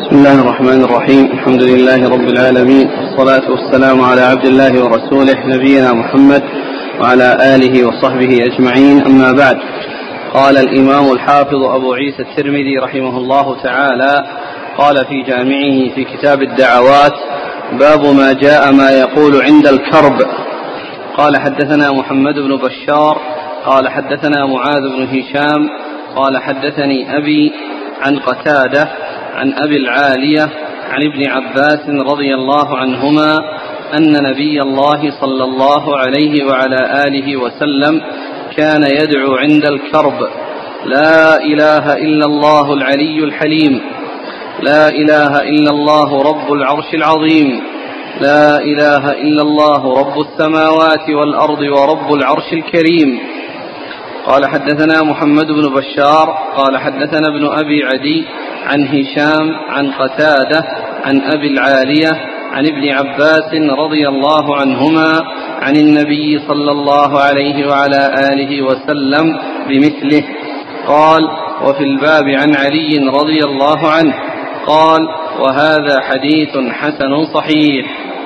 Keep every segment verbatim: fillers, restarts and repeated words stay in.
بسم الله الرحمن الرحيم. الحمد لله رب العالمين، والصلاة والسلام على عبد الله ورسوله نبينا محمد وعلى آله وصحبه أجمعين، أما بعد. قال الإمام الحافظ أبو عيسى الترمذي رحمه الله تعالى قال في جامعه في كتاب الدعوات: باب ما جاء ما يقول عند الكرب. قال حدثنا محمد بن بشار قال حدثنا معاذ بن هشام قال حدثني أبي عن قتادة عن أبي العالية عن ابن عباس رضي الله عنهما أن نبي الله صلى الله عليه وعلى آله وسلم كان يدعو عند الكرب: لا إله إلا الله العلي الحليم، لا إله إلا الله رب العرش العظيم، لا إله إلا الله رب السماوات والأرض ورب العرش الكريم. قال حدثنا محمد بن بشار قال حدثنا ابن أبي عدي عن هشام عن قتادة عن أبي العالية عن ابن عباس رضي الله عنهما عن النبي صلى الله عليه وعلى آله وسلم بمثله. قال: وفي الباب عن علي رضي الله عنه. قال: وهذا حديث حسن صحيح.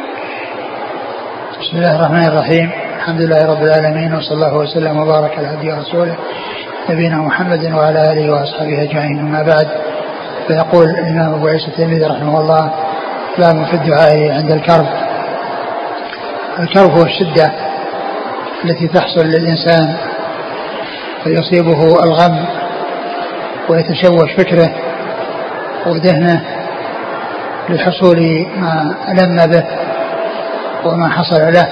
بسم الله الرحمن الرحيم. الحمد لله رب العالمين، وصلى الله وسلم وبارك على عبده ورسوله نبينا محمد وعلى آله وأصحابه أجمعين، أما بعد. فيقول الإمام أبو عيسى الترمذي رحمه الله: باب في الدعاء عند الكرب. الكرب هو الشدة التي تحصل للإنسان فيصيبه الغم ويتشوش فكره وذهنه لحصول ما ألم به وما حصل له،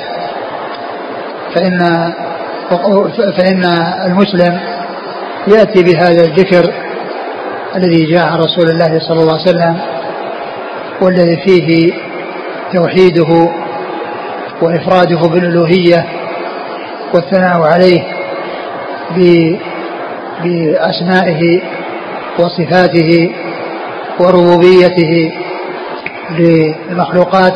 فإن فإن المسلم يأتي بهذا الذكر الذي جاء عن رسول الله صلى الله عليه وسلم، والذي فيه توحيده وإفراده بالألوهية والثناء عليه بأسمائه وصفاته وربوبيته للمخلوقات.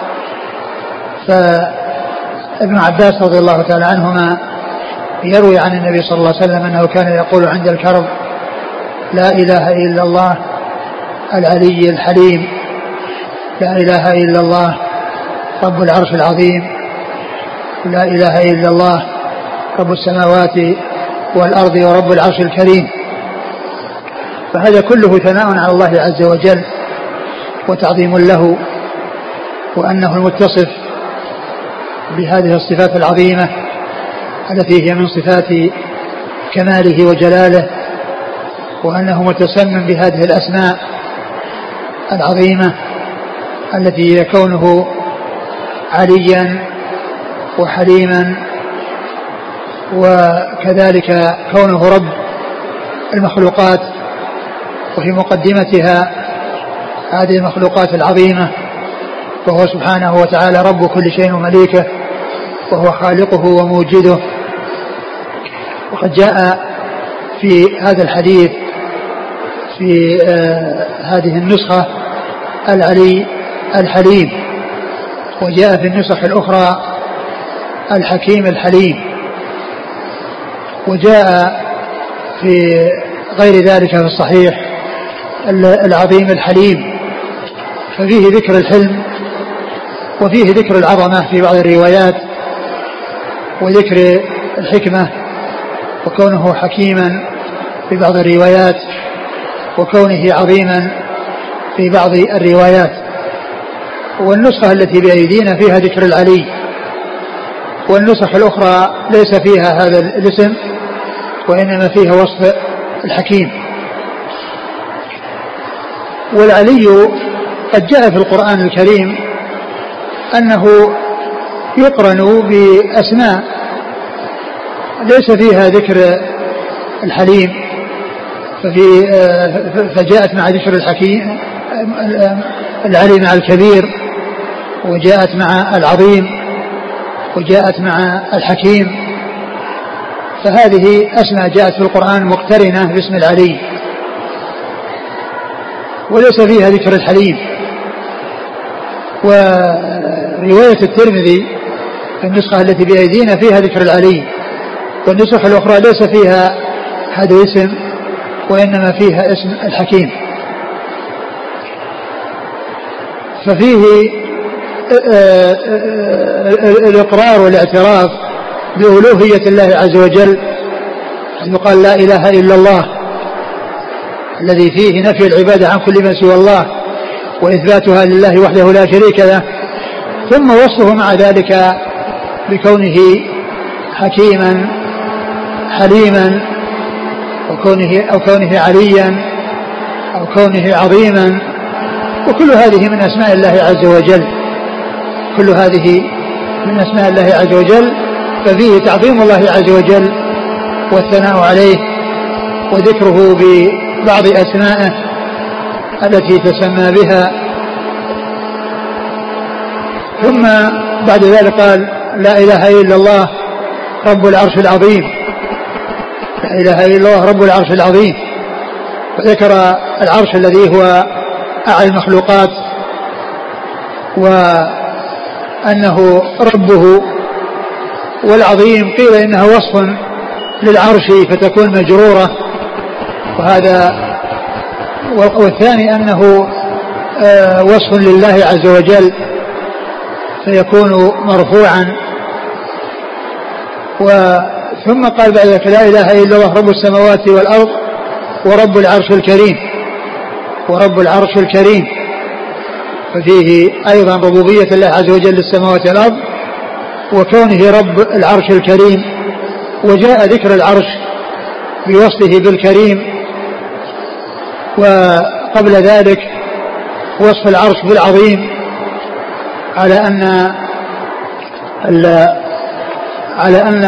فابن عباس رضي الله تعالى عنهما يروي عن النبي صلى الله عليه وسلم أنه كان يقول عند الكرب: لا إله إلا الله العلي الحليم، لا إله إلا الله رب العرش العظيم، لا إله إلا الله رب السماوات والأرض ورب العرش الكريم. فهذا كله ثناء على الله عز وجل وتعظيم له، وأنه المتصف بهذه الصفات العظيمة التي هي من صفات كماله وجلاله، وأنه متسمم بهذه الأسماء العظيمة التي هي كونه عليا وحليما، وكذلك كونه رب المخلوقات، وفي مقدمتها هذه المخلوقات العظيمة، وهو سبحانه وتعالى رب كل شيء ومليكه، وهو خالقه وموجده. وقد جاء في هذا الحديث في آه هذه النسخة العلي الحليم، وجاء في النسخ الأخرى الحكيم الحليم، وجاء في غير ذلك في الصحيح العظيم الحليم. ففيه ذكر الحلم وفيه ذكر العظمة في بعض الروايات، وذكر الحكمة وكونه حكيما في بعض الروايات، وكونه عظيما في بعض الروايات. والنسخة التي بأيدينا فيها ذكر العلي، والنسخ الأخرى ليس فيها هذا الاسم، وإنما فيها وصف الحكيم. والعلي قد جاء في القرآن الكريم أنه يقرن بأسماء ليس فيها ذكر الحليم، ففي فجاءت مع ذكر الحكيم العلي مع الكبير، وجاءت مع العظيم، وجاءت مع الحكيم. فهذه أسماء جاءت في القرآن مقترنة باسم العلي، وليس فيها ذكر الحليم. ورواية الترمذي في النسخة التي بأيدينا فيها ذكر العلي، والنسخ الأخرى ليس فيها هذا الاسم، وإنما فيها اسم الحكيم. ففيه الإقرار والاعتراف بألوهية الله عز وجل، أن يقال لا إله إلا الله الذي فيه نفي العبادة عن كل من سوى الله وإثباتها لله وحده لا شريك له، ثم وصفه مع ذلك بكونه حكيما حليما وكونه أو كونه عليا أو كونه عظيما، وكل هذه من أسماء الله عز وجل، كل هذه من أسماء الله عز وجل، ففيه تعظيم الله عز وجل والثناء عليه وذكره ببعض أسمائه التي تسمى بها. ثم بعد ذلك قال لا إله إلا الله رب العرش العظيم، لا إله إلا الله رب العرش العظيم، وذكر العرش الذي هو أعلى المخلوقات وأنه ربه، والعظيم قيل إنها وصف للعرش فتكون مجرورة، وهذا والثاني أنه وصف لله عز وجل فيكون مرفوعا. ثم قال بعد ذلك لا إله إلا الله رب السماوات والأرض ورب العرش الكريم، ورب العرش الكريم، ففيه أيضا ربوبية الله عز وجل للسماوات والأرض وكونه رب العرش الكريم، وجاء ذكر العرش بوصفه بالكريم، وقبل ذلك وصف العرش بالعظيم، على أن على أن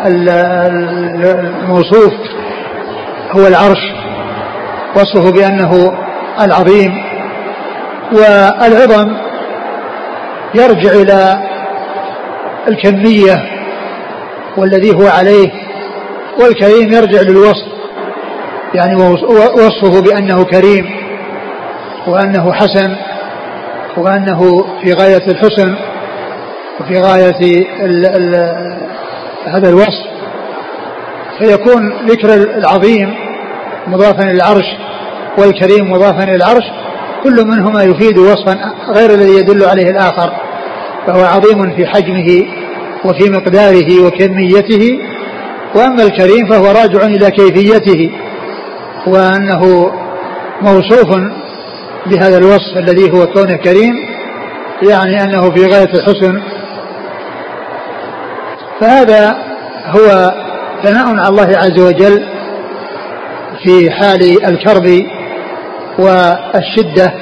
الموصوف هو العرش وصفه بأنه العظيم، والعظم يرجع إلى الكمية والذي هو عليه، والكريم يرجع للوصف، يعني وصفه بأنه كريم وأنه حسن وأنه في غاية الحسن وفي غاية ال ال هذا الوصف، فيكون ذكر العظيم مضافا إلى العرش والكريم مضافا إلى العرش، كل منهما يفيد وصفا غير الذي يدل عليه الآخر، فهو عظيم في حجمه وفي مقداره وكميته، وأما الكريم فهو راجع إلى كيفيته، وأنه موصوف بهذا الوصف الذي هو كونه كريم، يعني أنه في غاية الحسن. فهذا هو ثناء على الله عز وجل في حال الكرب والشدة.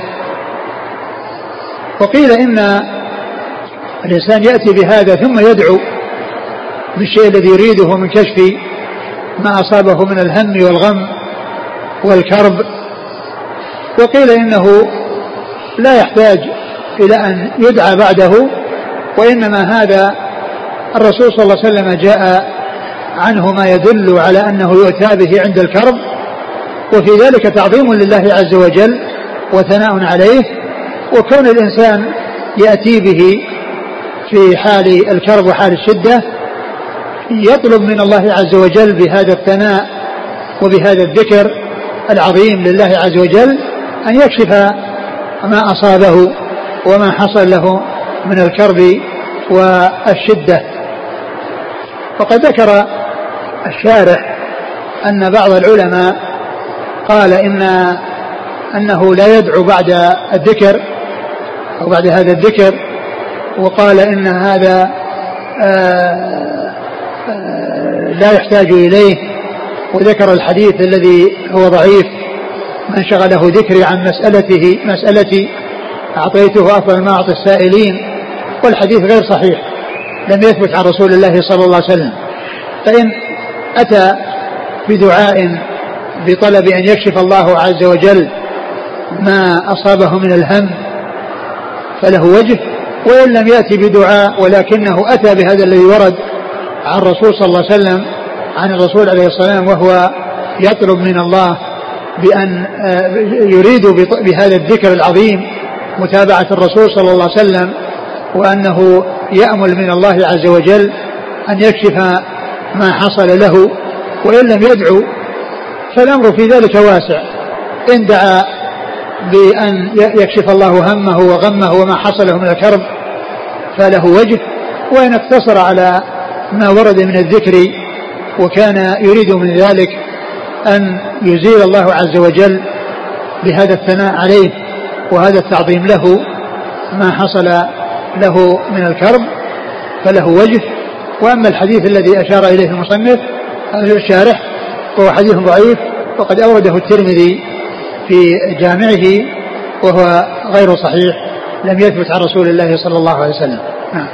وقيل إن الإنسان يأتي بهذا ثم يدعو بالشيء الذي يريده من كشف ما أصابه من الهم والغم والكرب، وقيل إنه لا يحتاج إلى أن يدعى بعده، وإنما هذا الرسول صلى الله عليه وسلم جاء عنه ما يدل على أنه يؤتى به عند الكرب، وفي ذلك تعظيم لله عز وجل وثناء عليه، وكون الإنسان يأتي به في حال الكرب وحال الشدة يطلب من الله عز وجل بهذا الثناء وبهذا الذكر العظيم لله عز وجل أن يكشف ما أصابه وما حصل له من الكرب والشدة. وقد ذكر الشارح أن بعض العلماء قال إن أنه لا يدعو بعد الذكر أو بعد هذا الذكر، وقال إن هذا آآ آآ لا يحتاج إليه، وذكر الحديث الذي هو ضعيف من شغله ذكري عن مسألته مسألتي أعطيته أفضل ما أعطي السائلين، والحديث غير صحيح لم يثبت عن رسول الله صلى الله عليه وسلم. فإن أتى بدعاء بطلب أن يكشف الله عز وجل ما أصابه من الهم فله وجه، وإن لم يأتي بدعاء ولكنه أتى بهذا الذي ورد عن الرسول صلى الله عليه وسلم عن الرسول عليه الصلاة والسلام، وهو يطلب من الله بأن يريد بهذا الذكر العظيم متابعة الرسول صلى الله عليه وسلم، وأنه يأمل من الله عز وجل أن يكشف ما حصل له، وإن لم يدعو فالأمر في ذلك واسع، إن دعا بأن يكشف الله همه وغمه وما حصله من الكرب فله وجه، وإن اقتصر على ما ورد من الذكر وكان يريد من ذلك أن يزيل الله عز وجل بهذا الثناء عليه وهذا التعظيم له ما حصل له من الكرب فله وجه. وأما الحديث الذي أشار إليه المصنف الشارح وهو حديث ضعيف وقد أورده الترمذي في جامعه وهو غير صحيح لم يثبت عن رسول الله صلى الله عليه وسلم. نعم.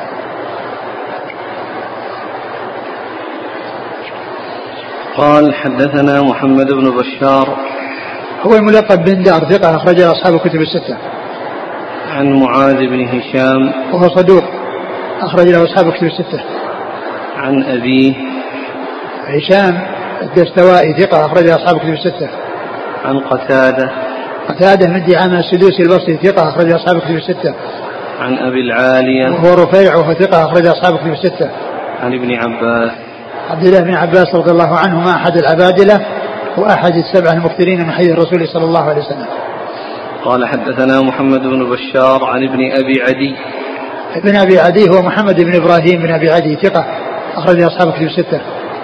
قال حدثنا محمد بن بشار هو الملقب بن دار ثقة أخرج أصحاب الكتب الستة. عن معاذ بن هشام وهو صدوق أخرج له أصحاب الكتب الستة. عن أبيه هشام الدستوائي ثقة أخرج أصحاب الكتب الستة. عن قتادة قتادة من دعامة السدوسي البصري ثقة أخرج أصحاب الكتب الستة. عن أبي العالية وهو رفيع وهو ثقة أخرج أصحاب الكتب الستة. عن ابن عباس عبد الله بن عباس رضي الله عنهما أحد العبادلة وأحد السبعة المكثرين من حديث الرسول صلى الله عليه وسلم. قال حدثنا محمد بن بشار عن ابن أبي عدي. ابن أبي عدي هو محمد بن إبراهيم بن أبي عدي ثقة أخرج أصحاب الكتب الستة.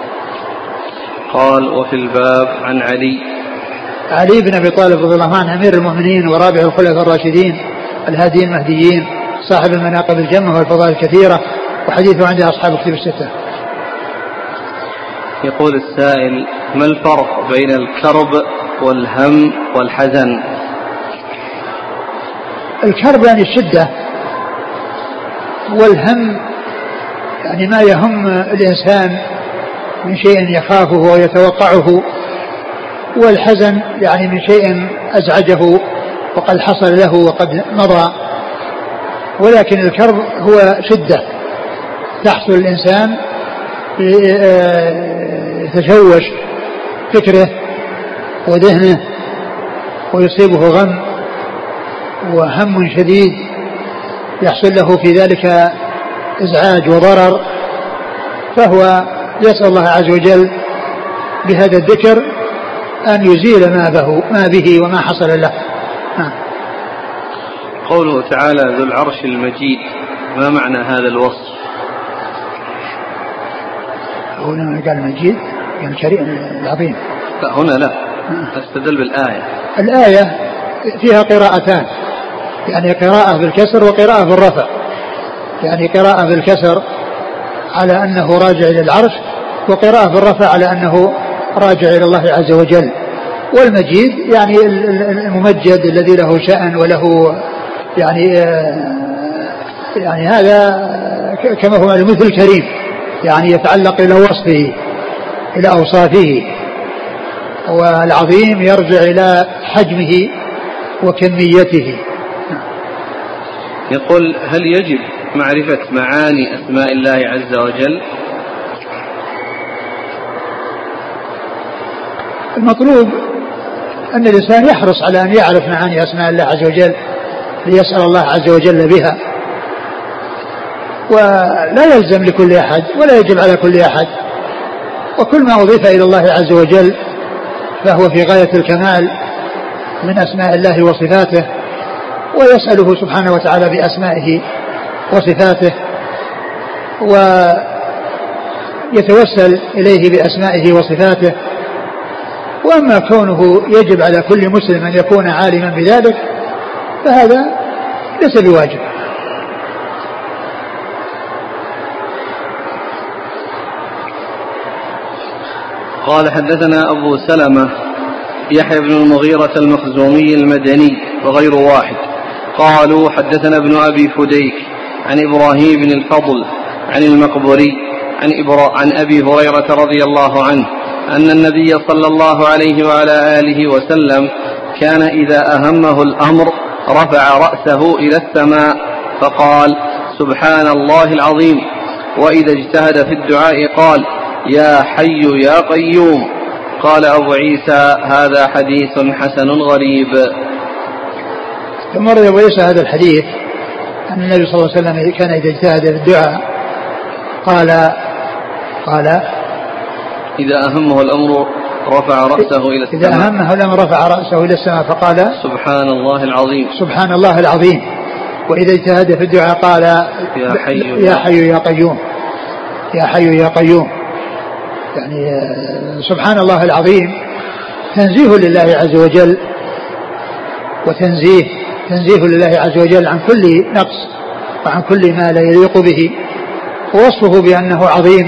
قال وفي الباب عن علي علي بن أبي طالب رضي الله عنه أمير المؤمنين ورابع الخلفاء الراشدين الهاديين المهديين صاحب المناقب الجمة والفضائل الكثيرة وحديثه عند أصحاب الكتب الستة. يقول السائل ما الفرق بين الكرب والهم والحزن؟ الكرب يعني الشدة، والهم يعني ما يهم الإنسان من شيء يخافه ويتوقعه، والحزن يعني من شيء أزعجه وقد حصل له وقد مضى. ولكن الكرب هو شدة تحصل الإنسان يتشوش فكره وذهنه ويصيبه غم وهم شديد يحصل له في ذلك إزعاج وضرر، فهو يسأل الله عز وجل بهذا الذكر أن يزيل ما به, ما به وما حصل له. ها. قوله تعالى ذو العرش المجيد، ما معنى هذا الوصف؟ هنا قال المجيد يعني الكريم العظيم. لا هنا لا، استدل بالآية. الآية فيها قراءتان، يعني قراءة بالكسر وقراءة بالرفع. يعني قراءة بالكسر على أنه راجع إلى العرش، وقراءة بالرفع على أنه راجع إلى الله عز وجل. والمجيد يعني الممجد الذي له شأن وله يعني يعني هذا كما هو مثل الكريم، يعني يتعلق إلى وصفه إلى أوصافه. والعظيم يرجع إلى حجمه وكميته. يقول هل يجب معرفة معاني أسماء الله عز وجل؟ المطلوب أن الإنسان يحرص على أن يعرف معاني أسماء الله عز وجل ليسأل الله عز وجل بها، ولا يلزم لكل أحد ولا يجب على كل أحد، وكل ما أضيف إلى الله عز وجل فهو في غاية الكمال من أسماء الله وصفاته، ويسأله سبحانه وتعالى بأسمائه وصفاته ويتوسل إليه بأسمائه وصفاته. وأما كونه يجب على كل مسلم أن يكون عالما بذلك فهذا ليس بواجب. قال حدثنا أبو سلمة يحيى بن المغيرة المخزومي المدني وغير واحد قالوا حدثنا ابن أبي فديك عن إبراهيم بن الفضل عن المقبري عن, إبرا عن أبي هريرة رضي الله عنه أن النبي صلى الله عليه وعلى آله وسلم كان إذا أهمه الأمر رفع رأسه إلى السماء فقال سبحان الله العظيم، وإذا اجتهد في الدعاء قال يا حي يا قيوم. قال أبو عيسى هذا حديث حسن غريب. ثم ورد أبو عيسى هذا الحديث أن النبي صلى الله عليه وسلم كان إذا اجتهد في الدعاء قال قال إذا أهمه الأمر رفع رأسه إلى السماء. إذا أهمه الأمر رفع رأسه إلى السماء فقال سبحان الله العظيم سبحان الله العظيم. وإذا اجتهد في الدعاء قال يا حي يا حي يا قيوم يا حي يا قيوم. يعني سبحان الله العظيم تنزيه لله عز وجل، وتنزيه تنزيه لله عز وجل عن كل نقص وعن كل ما لا يليق به، ووصفه بأنه عظيم،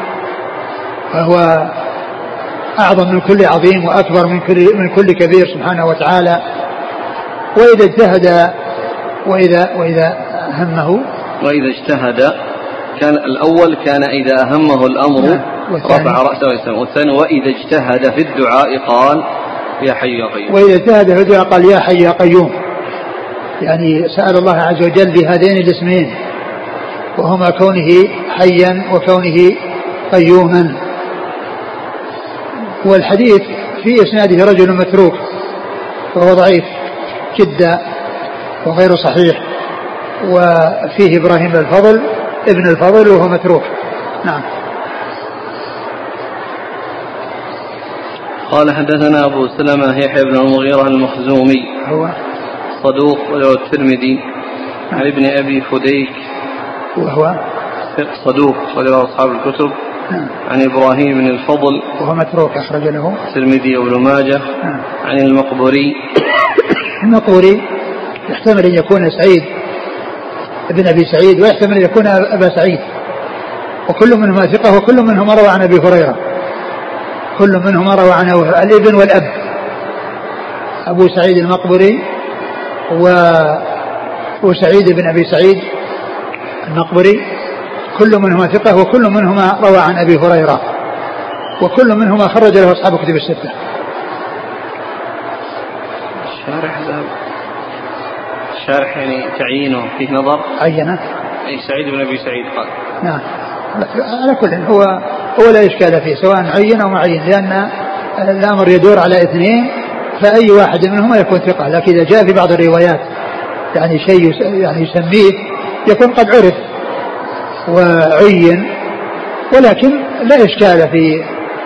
فهو أعظم من كل عظيم وأكبر من كل, من كل كبير سبحانه وتعالى. وإذا اجتهد وإذا, وإذا همه وإذا اجتهد كان الأول كان إذا أهمه الأمر رفع رأسه ويسمع، والثاني وإذا اجتهد في الدعاء قال يا حي يا قيوم. وإذا اجتهد في الدعاء قال يا حي يا قيوم، يعني سأل الله عز وجل بهذين الاسمين، وهما كونه حيا وكونه قيوما. والحديث في إسناده رجل متروك وهو ضعيف جدا وغير صحيح، وفيه إبراهيم الفضل ابن الفضل وهو متروك. نعم. قال حدثنا أبو سلمة يحيى بن المغيرة المخزومي هو صدوق وله الترمذي. عن ابن أبي فديك وهو صدوق وله أصحاب الكتب. عن إبراهيم بن الفضل وهو متروك أخرج له الترمذي وابن ماجه. عن المقبري المقبري يحتمل أن يكون سعيد ابن أبي سعيد، ويحتمل أن يكون أبا سعيد، وكل منهما ثقة، وكل منهما روى عن أبي هريرة، كل منهما روى عن الابن والأب. أبو سعيد المقبري وسعيد بن أبي سعيد المقبري كل منهما ثقة، وكل منهما روى عن أبي هريرة، وكل منهما خرج له أصحاب كتب الستة. الشارح ذهب الشارح يعني تعيينه فيه نظر عينه أي سعيد بن أبي سعيد قال. نعم على كل هو هو لا إشكال فيه سواء عين أو معين، لأن الأمر يدور على اثنين، فأي واحد منهما يكون ثقة. لكن إذا جاء في بعض الروايات يعني شيء يعني يسميه يكون قد عرف وعين، ولكن لا إشكال في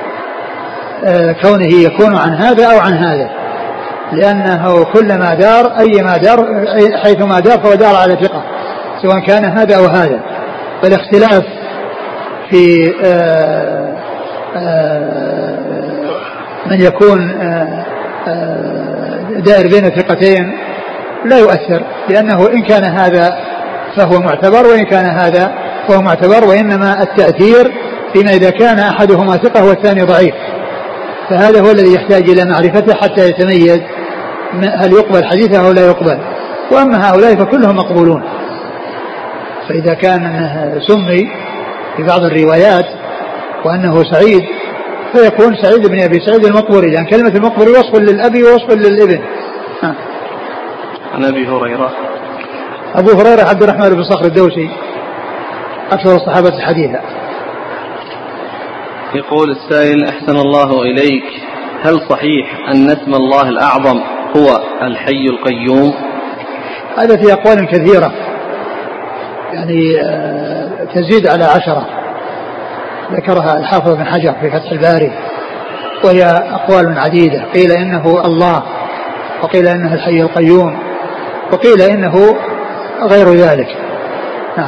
كونه يكون عن هذا أو عن هذا، لأنه كلما دار أي ما دار حيثما دار فهو دار على ثقة سواء كان هذا أو هذا. فالاختلاف في آآ آآ من يكون آآ آآ دائر بين ثقتين لا يؤثر، لأنه إن كان هذا فهو معتبر وإن كان هذا فهو معتبر، وإنما التأثير فيما إذا كان أحدهما ثقة والثاني ضعيف، فهذا هو الذي يحتاج إلى معرفته حتى يتميز هل يقبل حديثه أو لا يقبل. وأما هؤلاء فكلهم مقبولون. فإذا كان سمي في بعض الروايات وأنه سعيد فيكون سعيد بن أبي سعيد المقبري، لأن كلمة المقبري وصف للأب ووصف للابن. ها. عن أبي هريرة أبو هريرة عبد الرحمن بن صخر الدوسي أكثر الصحابة حديثا. يقول السائل أحسن الله إليك، هل صحيح أن اسم الله الأعظم هو الحي القيوم؟ هذا في أقوال كثيرة يعني تزيد على عشرة ذكرها الحافظ بن حجر في فتح الباري، وهي أقوال عديدة. قيل إنه الله، وقيل إنه الحي القيوم، وقيل إنه غير ذلك. نعم.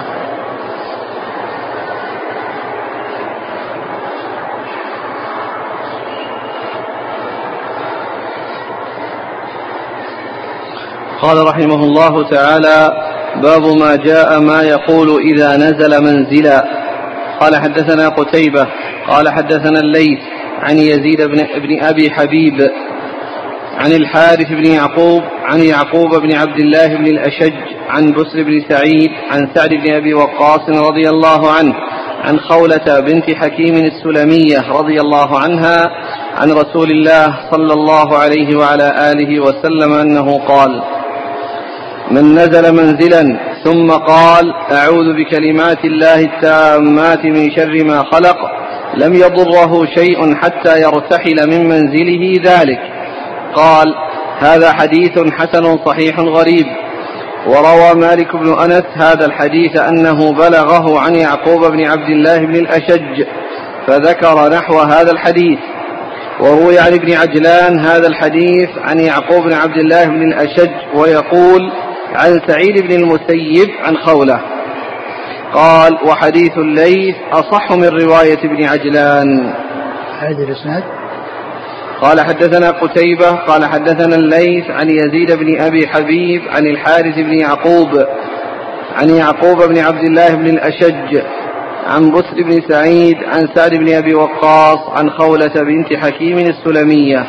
قال رحمه الله تعالى: باب ما جاء ما يقول إذا نزل منزلا. قال حدثنا قتيبة قال حدثنا الليث عن يزيد بن, بن أبي حبيب عن الحارث بن يعقوب عن يعقوب بن عبد الله بن الأشج عن بسر بن سعيد عن سعد بن أبي وقاص رضي الله عنه عن خولة بنت حكيم السلمية رضي الله عنها عن رسول الله صلى الله عليه وعلى آله وسلم أنه قال: من نزل منزلا ثم قال: أعوذ بكلمات الله التامات من شر ما خلق، لم يضره شيء حتى يرتحل من منزله ذلك. قال: هذا حديث حسن صحيح غريب. وروى مالك بن أنس هذا الحديث أنه بلغه عن يعقوب بن عبد الله بن الأشج، فذكر نحو هذا الحديث. وروي عن ابن عجلان هذا الحديث عن يعقوب بن عبد الله بن الأشج ويقول عن سعيد بن المسيب عن خولة. قال وحديث الليث أصح من رواية ابن عجلان. هذا الإسناد. قال حدثنا قتيبة قال حدثنا الليث عن يزيد بن أبي حبيب عن الحارث بن يعقوب عن يعقوب بن عبد الله بن الأشج عن بسر بن سعيد عن سعد بن أبي وقاص عن خولة بنت حكيم السلمية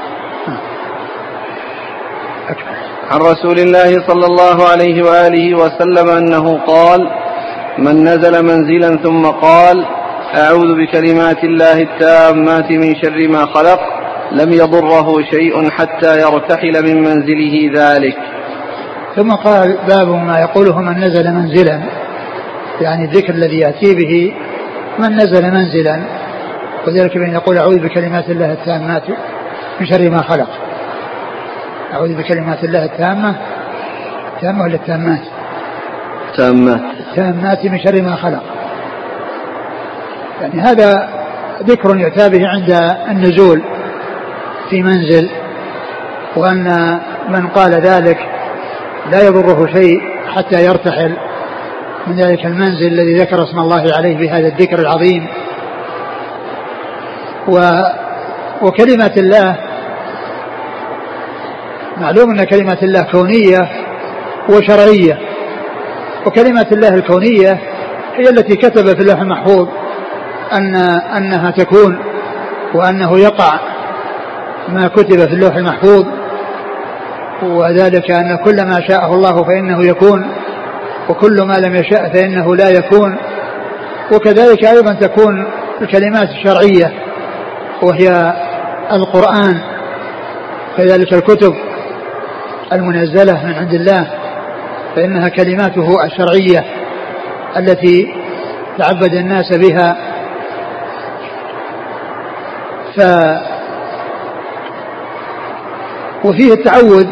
عن رسول الله صلى الله عليه وآله وسلم أنه قال من نزل منزلا ثم قال أعوذ بكلمات الله التامات من شر ما خلق لم يضره شيء حتى يرتحل من منزله ذلك. ثم قال باب ما يقوله من نزل منزلا، يعني الذكر الذي يأتي به من نزل منزلا، وذلك بأن يقول أعوذ بكلمات الله التامات من شر ما خلق. أعوذ بكلمات الله التامة تامة ولا التامات؟ تامات التامات من شر ما خلق. يعني هذا ذكر يؤتى به عند النزول في منزل، وأن من قال ذلك لا يضره شيء حتى يرتحل من ذلك المنزل الذي ذكر اسم الله عليه بهذا الذكر العظيم. و وكلمات الله معلوم أن كلمات الله كونية وشرعية، وكلمات الله الكونية هي التي كتب في اللوح المحفوظ أن أنها تكون، وأنه يقع ما كتب في اللوح المحفوظ، وذلك أن كل ما شاءه الله فإنه يكون، وكل ما لم يشاء فإنه لا يكون. وكذلك أيضا تكون الكلمات الشرعية وهي القرآن، كذلك الكتب المنزلة من عند الله فإنها كلماته الشرعية التي تعبد الناس بها. ف وفيه التعوذ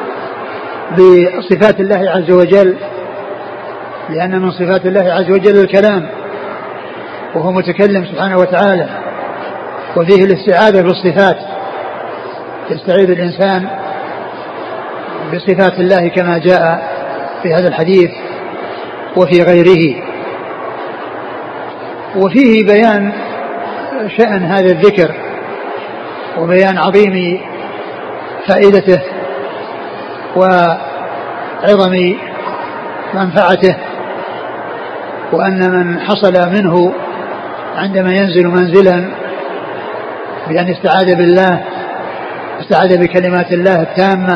بصفات الله عز وجل، لأن من صفات الله عز وجل الكلام، وهو متكلم سبحانه وتعالى. وفيه الاستعاذة بالصفات، يستعيذ الإنسان بصفات الله كما جاء في هذا الحديث وفي غيره. وفيه بيان شأن هذا الذكر وبيان عظيم فائدته وعظم منفعته، وأن من حصل منه عندما ينزل منزلا بأن استعاذ بالله استعاذ بكلمات الله التامة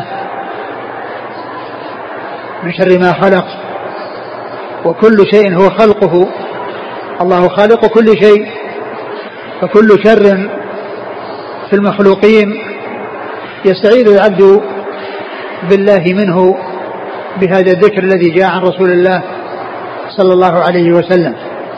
من شر ما خلق. وكل شيء هو خلقه، الله خالق كل شيء، فكل شر في المخلوقين يستعيذ العبد بالله منه بهذا الذكر الذي جاء عن رسول الله صلى الله عليه وسلم.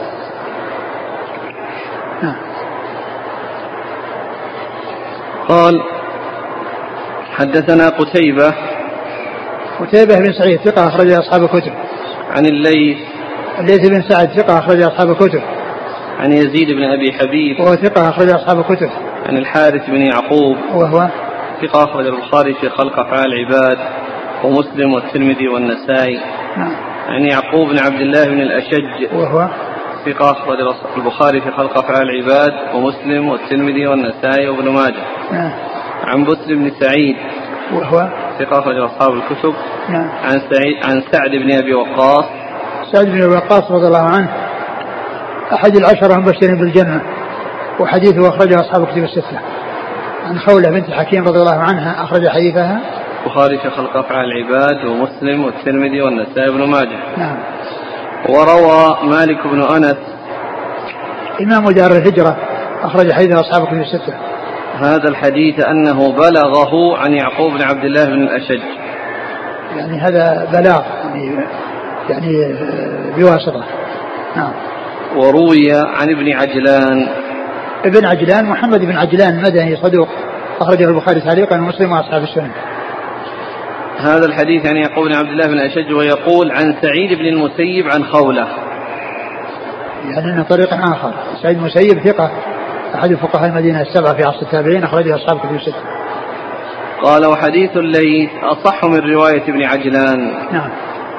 قال حدثنا قتيبة قتيبة بن سعيد ثقة أخرج أصحاب الكتب. عن الليث الليث بن سعد ثقة أخرج أصحاب الكتب. عن يزيد بن أبي حبيب وهو ثقة أخرج أصحاب الكتب. عن الحارث بن يعقوب وهو ثقة أخرج البخاري في خلق أفعال العباد ومسلم والترمذي والنسائي. نعم. عن يعقوب بن عبد الله بن الأشج وهو ثقة أخرج البخاري في خلق أفعال العباد ومسلم والترمذي والنسائي وابن ماجه. نعم. عن بسر بن سعيد وهو ثقة أخرج أصحاب الكتب. نعم. عن سعيد عن سعد بن أبي وقاص سعد بن أبي وقاص رضي الله عنه أحد العشرة المبشرين بالجنة، وحديثه أخرجه أصحاب الكتب الستة. عن خولة بنت حكيم رضي الله عنها أخرج حديثها البخاري في خلق أفعال العباد ومسلم والترمذي والنسائي وابن ماجه. نعم. وروى مالك بن أنس إمام دار الهجرة أخرج حديثه أصحاب الكتب الستة هذا الحديث أنه بلغه عن يعقوب بن عبد الله بن الأشج، يعني هذا بلاغ يعني, يعني بواسطة. نعم. وروي عن ابن عجلان ابن عجلان محمد بن عجلان المدني صدوق أخرجه البخاري تعليقا ومسلم وأصحاب السنن. هذا الحديث عن يعقوب بن عبد الله بن الأشج ويقول عن سعيد بن المسيب عن خولة، يعني أنه طريق آخر. سعيد المسيب ثقة أحد فقهاء المدينة السبعة في عصر التابعين، أخرجه أصحاب كتب الستة. قال وحديث الليث أصح من رواية ابن عجلان. نعم.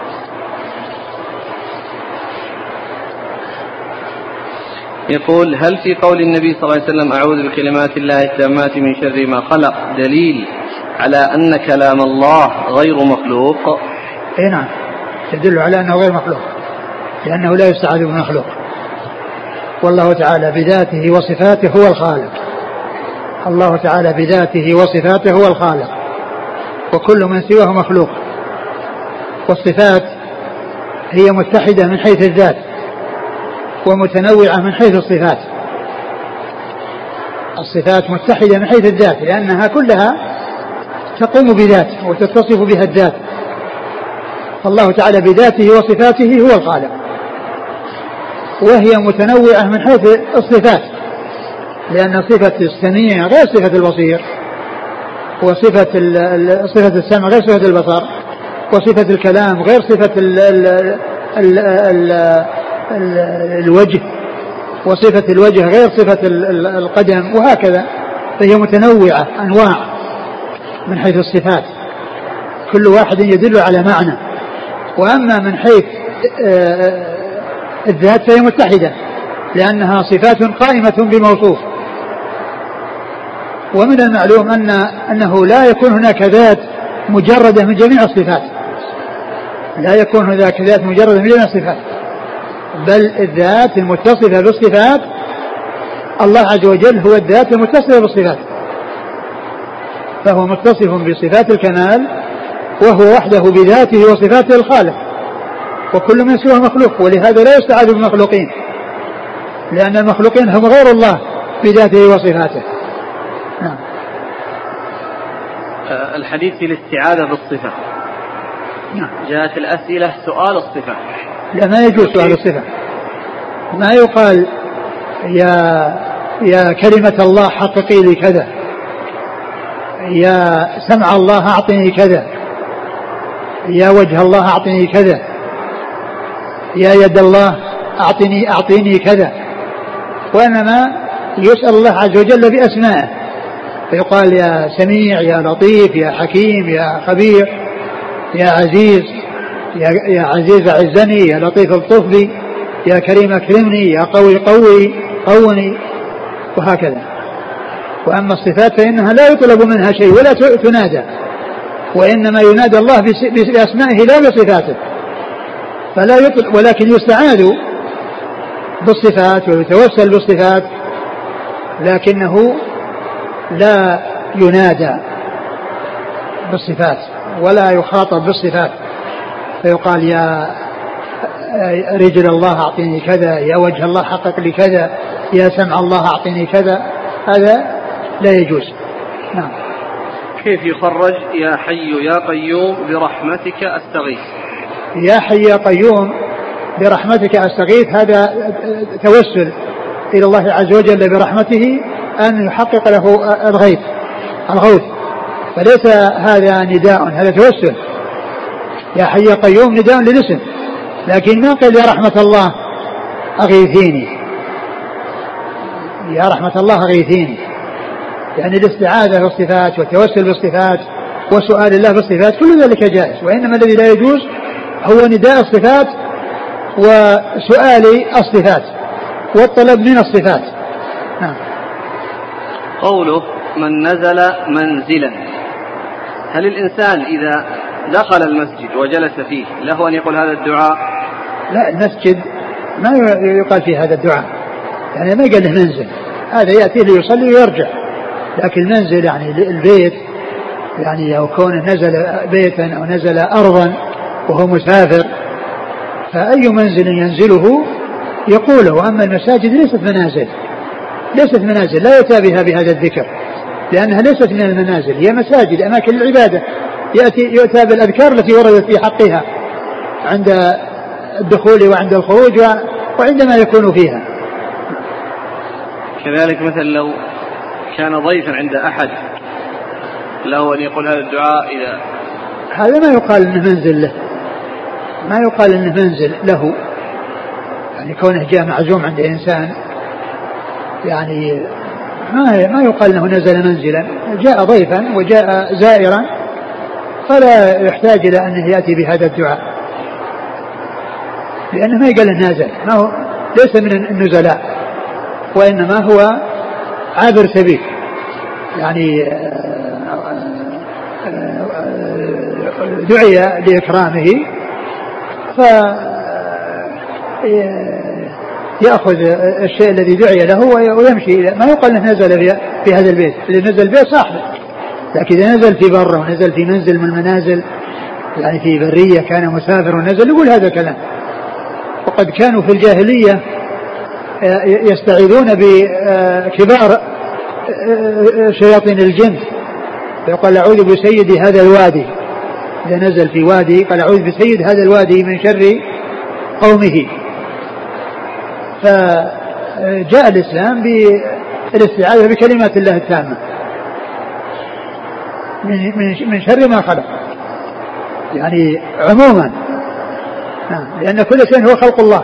يقول هل في قول النبي صلى الله عليه وسلم أعوذ بكلمات الله التامات من شر ما خلق دليل على أن كلام الله غير مخلوق؟ اي نعم، يدل على أنه غير مخلوق، لأنه لا يستعاذ بمخلوق، والله تعالى بذاته وصفاته هو الخالق. الله تعالى بذاته وصفاته هو الخالق، وكل من سواه مخلوق. والصفات هي متحدة من حيث الذات ومتنوعة من حيث الصفات. الصفات متحدة من حيث الذات لأنها كلها تقوم بذات وتتصف بها الذات. فالله تعالى بذاته وصفاته هو الخالق، وهي متنوعة من حيث الصفات، لأن صفة السميع غير صفة البصير، وصفة صفة السمع غير صفة البصر، وصفة الكلام غير صفة ال ال ال ال ال الوجه، وصفة الوجه غير صفة القدم، وهكذا. فهي متنوعة أنواع من حيث الصفات، كل واحد يدل على معنى. وأما من حيث الذات فهي متحدة، لأنها صفات قائمة بموصوف. ومن المعلوم أن أنه لا يكون هناك ذات مجردة من جميع الصفات، لا يكون هناك ذات مجردة من جميع الصفات، بل الذات المتصفة بالصفات، الله عز وجل هو الذات المتصفة بالصفات، فهو متصف بصفات الكمال، وهو وحده بذاته وصفاته الخالق، وكل من سواه مخلوق. ولهذا لا يستعاذ بالمخلوقين، لأن المخلوقين هم غير الله بذاته وصفاته. نعم. الحديث في الاستعاذة بالصفة. نعم. جاءت الأسئلة سؤال الصفة. لا، ما يجوز سؤال الصفة. ما يقال يا يا كلمة الله حققي لي كذا، يا سمع الله أعطني كذا، يا وجه الله أعطني كذا، يا يد الله أعطني أعطيني كذا. وإنما يسأل الله عز وجل بأسمائه، فيقال يا سميع، يا لطيف، يا حكيم، يا خبير، يا عزيز، يا, يا عزيز أعزني، يا لطيف الطف بي، يا كريم أكرمني، يا قوي قوي قوني، وهكذا. وأما الصفات فإنها لا يطلب منها شيء ولا تنادى، وإنما ينادى الله بأسمائه لا بصفاته، فلا يطلب، ولكن يستعاذ بالصفات ويتوسل بالصفات، لكنه لا ينادى بالصفات ولا يخاطب بالصفات، فيقال يا رجل الله أعطيني كذا، يا وجه الله حقق لي كذا، يا سمع الله أعطيني كذا، هذا لا يجوز. نعم. كيف يخرج يا حي يا قيوم برحمتك أستغيث؟ يا حي يا قيوم برحمتك أستغيث، هذا توسل إلى الله عز وجل برحمته أن يحقق له الغيث الغوث، فليس هذا نداء، هذا توسل. يا حي يا قيوم نداء للاسم، لكن ما قال يا رحمة الله أغيثيني، يا رحمة الله أغيثيني، يعني الاستعاذة بالصفات والتوسل بالصفات وسؤال الله بالصفات كل ذلك جائز. وإنما الذي لا يجوز هو نداء الصفات وسؤال الصفات والطلب من الصفات. نعم. قوله من نزل منزلا، هل الإنسان إذا دخل المسجد وجلس فيه له أن يقول هذا الدعاء؟ لا، المسجد ما يقال فيه هذا الدعاء، يعني ما قال له منزل، هذا يأتي ليصلي ويرجع. لكن المنزل يعني البيت، يعني لو كونه نزل بيتا أو نزل أرضا وهو مسافر فأي منزل ينزله يقوله. أما المساجد ليست منازل، ليست منازل، لا يؤتى بها بهذا الذكر، لأنها ليست من المنازل، هي مساجد أماكن العبادة، يأتي يؤتى بالأذكار التي وردت في حقها عند الدخول وعند الخروج وعندما يكون فيها. كذلك مثلا لو كان ضيفا عند أحد له أن يقول هذا الدعاء، إذا هذا ما يقال إنه منزل له، ما يقال إنه منزل له، يعني كونه جاء معزوم عند إنسان يعني ما ما يقال انه نزل منزلا، جاء ضيفا وجاء زائرا فلا يحتاج الى ان ياتي بهذا الدعاء، لانه ما يقال نازل، ما هو ليس من النزلاء وانما هو عابر سبيل، يعني دعي لاكرامه فيأخذ الشيء الذي دعي له ويمشي. ما يقال انه نزل في هذا البيت، اللي نزل البيت صاحبه، لكن اذا نزل في بره ونزل في منزل من المنازل، يعني في برية كان مسافر ونزل، يقول هذا الكلام. وقد كانوا في الجاهلية يستعيذون بكبار شياطين الجن، فيقال أعوذ بسيد هذا الوادي، إذا نزل في وادي قال أعوذ بسيد هذا الوادي من شر قومه. فجاء الإسلام بالاستعاذة بكلمات الله التامة من شر ما خلق، يعني عموما، لأن كل شيء هو خلق الله.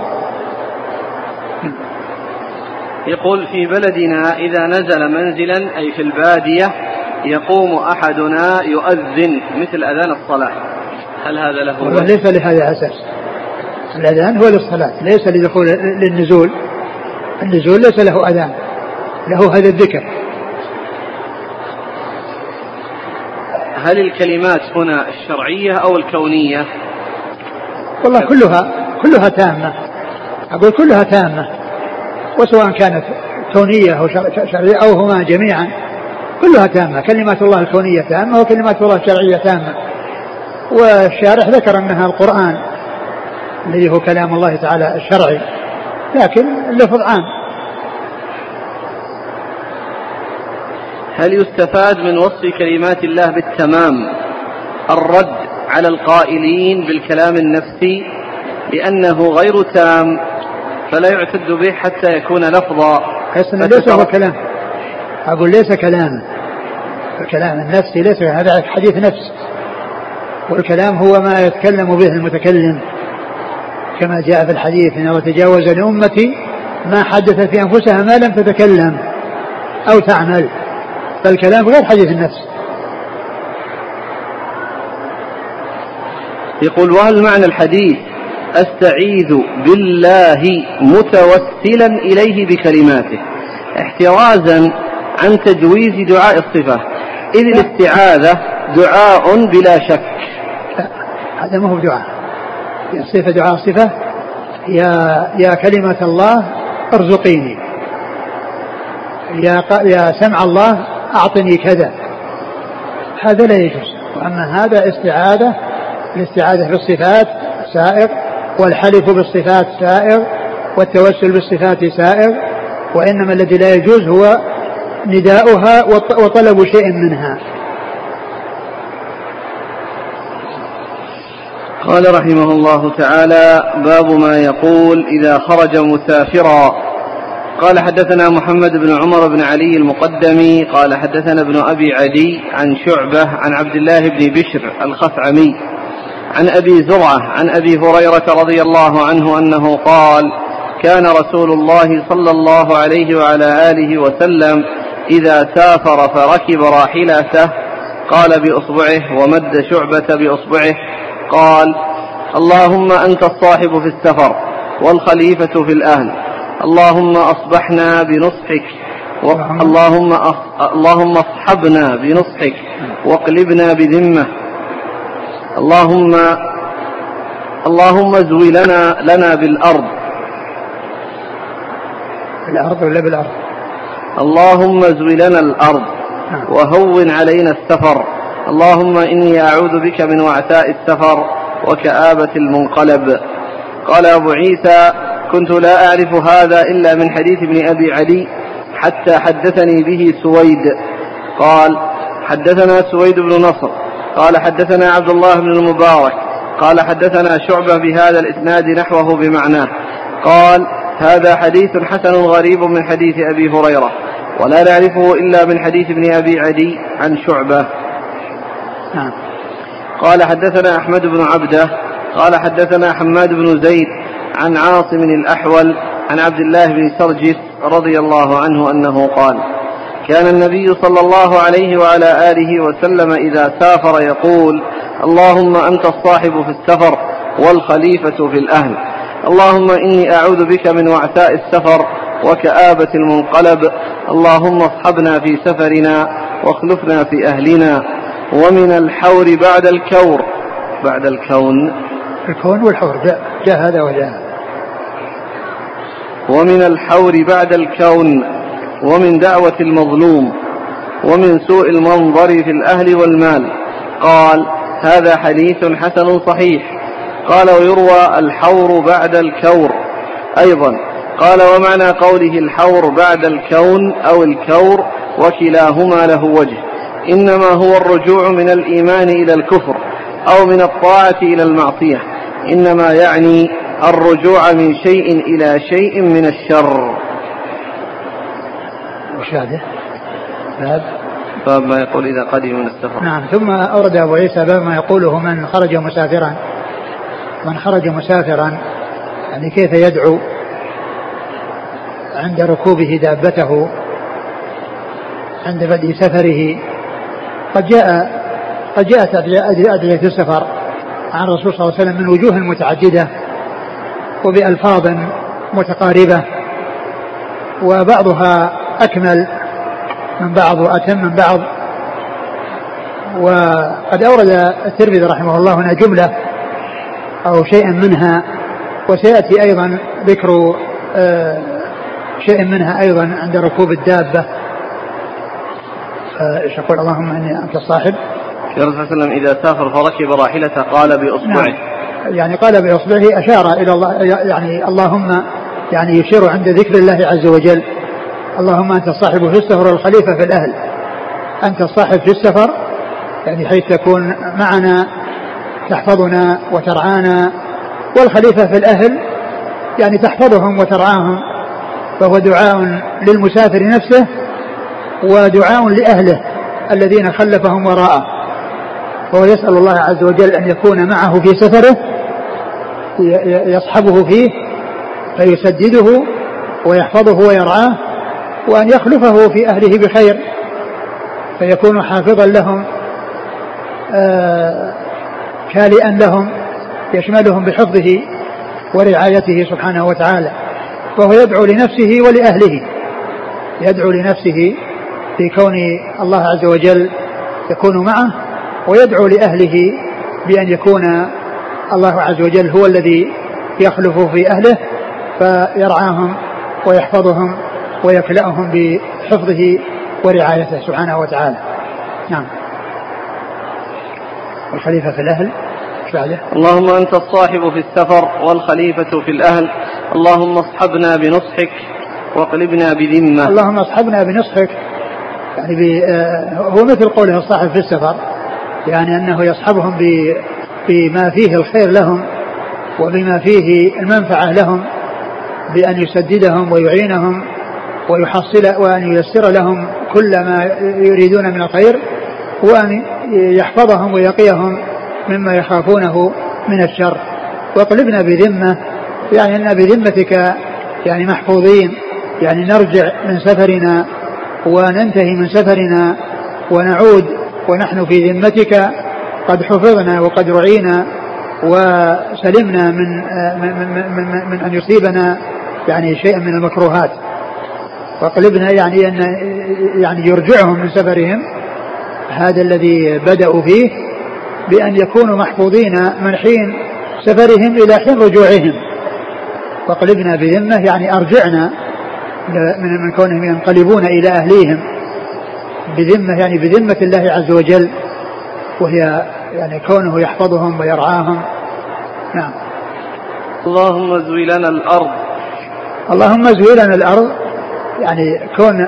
يقول في بلدنا إذا نزل منزلا أي في البادية يقوم أحدنا يؤذن مثل أذان الصلاة، هل هذا له؟ ليس لهذا أساس، الأذان هو للصلاة ليس لدخول للنزول، النزول ليس له أذان، له هذا الذكر. هل الكلمات هنا الشرعية أو الكونية؟ والله كلها كلها تامة، أقول كلها تامة، وسواء كانت كونية أو شرعية أو هما جميعا كلها تامة. كلمات الله الكونية تامة وكلمات الله الشرعية تامة. والشارح ذكر أنها القرآن الذي هو كلام الله تعالى الشرعي، لكن اللفظ عام. هل يستفاد من وصف كلمات الله بالتمام الرد على القائلين بالكلام النفسي لأنه غير تام فلا يعتد به حتى يكون لفظا؟ ليس هو كلام، أقول ليس كلاما، الكلام النفسي ليس، هذا حديث نفس، والكلام هو ما يتكلم به المتكلم كما جاء في الحديث إنه وتجاوز لأمتي ما حدث في أنفسها ما لم تتكلم أو تعمل، فالكلام غير حديث النفس. يقول وهل معنى الحديث أستعيذ بالله متوسلا إليه بكلماته احترازا عن تجويز دعاء الصفة، إذ الاستعاذة دعاء بلا شك؟ لا، هذا ما هو دعاء، الصفة دعاء صفة، يا يا كلمة الله ارزقيني، يا يا سمع الله أعطني كذا، هذا لا يجوز. وأما هذا استعاذة، الاستعاذة بالصفات سائر، والحلف بالصفات سائر، والتوسل بالصفات سائر، وإنما الذي لا يجوز هو نداؤها وطلب شيء منها. قال رحمه الله تعالى باب ما يقول إذا خرج مسافرا. قال حدثنا محمد بن عمر بن علي المقدمي قال حدثنا ابن أبي عدي عن شعبة عن عبد الله بن بشر الخثعمي عن أبي زرعة عن أبي هريرة رضي الله عنه أنه قال كان رسول الله صلى الله عليه وعلى آله وسلم إذا سافر فركب راحلته قال بأصبعه ومد شعبة بأصبعه قال اللهم أنت الصاحب في السفر والخليفة في الأهل، اللهم أصبحنا بنصحك اللهم اللهم اصحبنا بنصحك واقلبنا بذمة، اللهم اللهم ازوي لنا لنا بالأرض الأرض ولا بالأرض اللهم ازوي لنا الأرض وهون علينا السفر، اللهم إني أعوذ بك من وعثاء السفر وكآبة المنقلب. قال أبو عيسى كنت لا أعرف هذا إلا من حديث ابن أبي علي حتى حدثني به سويد قال حدثنا سويد بن نصر قال حدثنا عبد الله بن المبارك قال حدثنا شعبة بهذا الإسناد نحوه بمعناه قال هذا حديث حسن غريب من حديث أبي هريرة ولا نعرفه إلا من حديث ابن أبي عدي عن شعبة. قال حدثنا أحمد بن عبده قال حدثنا حماد بن زيد عن عاصم الأحول عن عبد الله بن سرجس رضي الله عنه أنه قال: كان النبي صلى الله عليه وعلى آله وسلم إذا سافر يقول: اللهم أنت الصاحب في السفر والخليفة في الأهل، اللهم إني أعوذ بك من وعثاء السفر وكآبة المنقلب، اللهم اصحبنا في سفرنا واخلفنا في أهلنا، ومن الحور بعد الكور بعد الكون الكون والحور جاء, جاء هذا وجاء ومن الحور بعد الكون، ومن دعوة المظلوم، ومن سوء المنظر في الأهل والمال. قال: هذا حديث حسن صحيح. قال: ويروى الحور بعد الكور أيضا. قال: ومعنى قوله الحور بعد الكون أو الكور وكلاهما له وجه، إنما هو الرجوع من الإيمان إلى الكفر أو من الطاعة إلى المعصية، إنما يعني الرجوع من شيء إلى شيء من الشر. وشاهده باب باب ما يقول إذا قدم من السفر. نعم. ثم أورد أبو عيسى باب ما يقوله من خرج مسافرا من خرج مسافرا يعني كيف يدعو عند ركوبه دابته عند بدء سفره. قد جاء قد جاءت أدعية السفر عن الرسول صلى الله عليه وسلم من وجوه متعددة وبألفاظ متقاربة، وبعضها أكمل من بعض وأتم من بعض. وقد أورد الترمذي رحمه الله هنا جملة أو شيئا منها، وسيأتي أيضا ذكر شيء منها أيضا عند ركوب الدابة. ايش يقول؟ اللهم اني انت الصاحب. الرسول صلى الله عليه وسلم اذا سافر فركب راحلته قال باصبعه. نعم. يعني قال باصبعه، اشار الى الله، يعني اللهم يعني يشير عند ذكر الله عز وجل: اللهم انت الصاحب في السفر والخليفه في الاهل. انت الصاحب في السفر يعني حيث تكون معنا تحفظنا وترعانا، والخليفه في الاهل يعني تحفظهم وترعاهم، فهو دعاء للمسافر نفسه ودعاء لأهله الذين خلفهم وراءه. وهو يسأل الله عز وجل أن يكون معه في سفره يصحبه فيه فيسدده ويحفظه ويرعاه، وأن يخلفه في أهله بخير فيكون حافظا لهم كالئا لهم يشملهم بحفظه ورعايته سبحانه وتعالى. وهو يدعو لنفسه ولأهله، يدعو لنفسه في كون الله عز وجل يكون معه، ويدعو لأهله بأن يكون الله عز وجل هو الذي يخلف في أهله فيرعاهم ويحفظهم ويكلأهم بحفظه ورعايته سبحانه وتعالى. نعم. والخليفة في الأهل بعده: اللهم أنت الصاحب في السفر والخليفة في الأهل، اللهم اصحبنا بنصحك واقلبنا بذمة. اللهم اصحبنا بنصحك يعني هو مثل قوله الصاحب في السفر، يعني أنه يصحبهم بما فيه الخير لهم وبما فيه المنفعة لهم، بأن يسددهم ويعينهم ويحصل وأن ييسر لهم كل ما يريدون من الخير، وأن يحفظهم ويقيهم مما يخافونه من الشر. واقلبنا بذمة يعني أن بذمتك يعني محفوظين، يعني نرجع من سفرنا وننتهي من سفرنا ونعود ونحن في ذمتك قد حفظنا وقد رعينا وسلمنا من, من, من, من, من أن يصيبنا يعني شيء من المكروهات. وقلبنا يعني أن يعني يرجعهم من سفرهم هذا الذي بدأوا فيه بأن يكونوا محفوظين من حين سفرهم إلى حين رجوعهم. وقلبنا بذمة يعني أرجعنا من من كونهم ينقلبون إلى أهليهم بذمة، يعني بذمة الله عز وجل، وهي يعني كونه يحفظهم ويرعاهم. نعم. اللهم ازوي لنا الأرض. اللهم ازوي لنا الأرض يعني كون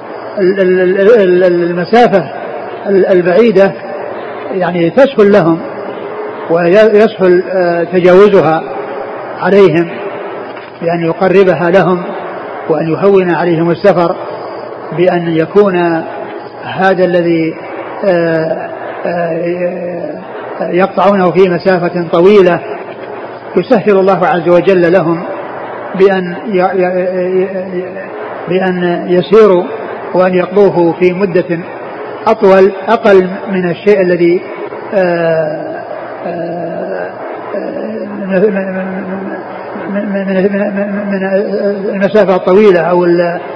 المسافة البعيدة يعني تسهل لهم ويسهل تجاوزها عليهم، يعني يقربها لهم وأن يهون عليهم السفر بأن يكون هذا الذي يقطعونه في مسافة طويلة يسهل الله عز وجل لهم بأن بأن يسيروا وأن يقضوه في مدة أطول أقل من الشيء الذي من المسافة الطويلة أو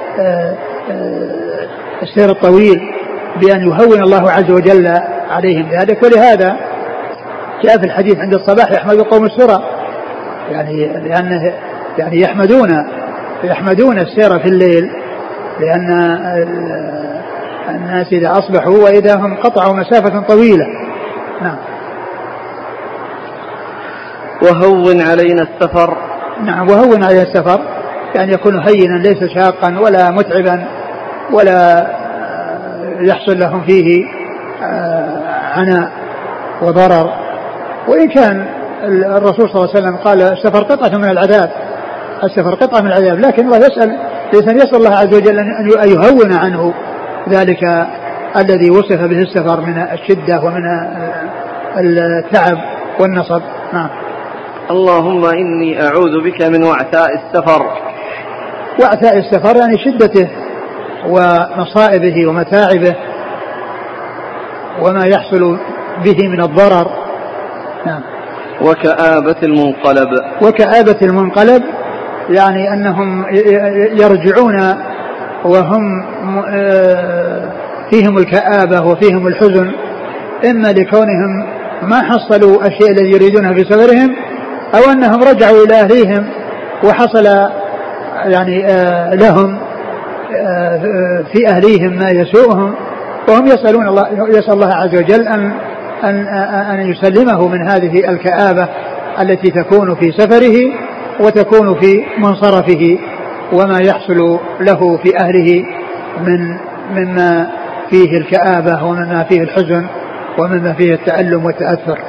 السير الطويل، بأن يهون الله عز وجل عليهم ذلك. ولهذا جاء في الحديث عند الصباح يحمد قوم السرى، يعني لأنه يعني يحمدون يحمدون السير في الليل، لأن الناس إذا أصبحوا وإذا هم قطعوا مسافة طويلة. نعم. وهون علينا السفر. نعم، وهون علينا السفر يعني يكون هينا ليس شاقا ولا متعبا ولا يحصل لهم فيه عناء وضرر. وإن كان الرسول صلى الله عليه وسلم قال السفر قطعة من العذاب، السفر قطعة من العذاب، لكن الله يسأل لسان يسأل الله عز وجل أن يهون عنه ذلك الذي وصف به السفر من الشدة ومن التعب والنصب. نعم. اللهم إني أعوذ بك من وعثاء السفر. وعثاء السفر يعني شدته ومصائبه ومتاعبه وما يحصل به من الضرر. نعم. وكآبة المنقلب. وكآبة المنقلب يعني أنهم يرجعون وهم فيهم الكآبة وفيهم الحزن، إما لكونهم ما حصلوا الشيء الذي يريدونه في سفرهم، أو أنهم رجعوا إلى أهليهم وحصل يعني لهم في أهليهم ما يسوءهم، وهم يسألون الله يسأل الله عز وجل أن أن أن يسلمه من هذه الكآبة التي تكون في سفره وتكون في منصرفه، وما يحصل له في أهله من مما فيه الكآبة ومما فيه الحزن ومما فيه التألم والتأثر.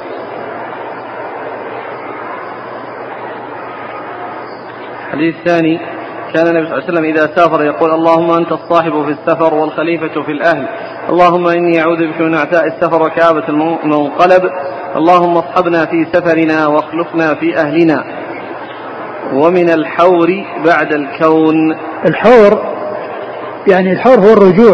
الحديث الثاني: كان النبي صلى الله عليه وسلم إذا سافر يقول اللهم أنت الصاحب في السفر والخليفة في الأهل، اللهم إني أعوذ بك من وعثاء السفر وكآبة المنقلب، اللهم اصحبنا في سفرنا واخلفنا في أهلنا. ومن الحور بعد الكون. الحور يعني الحور هو الرجوع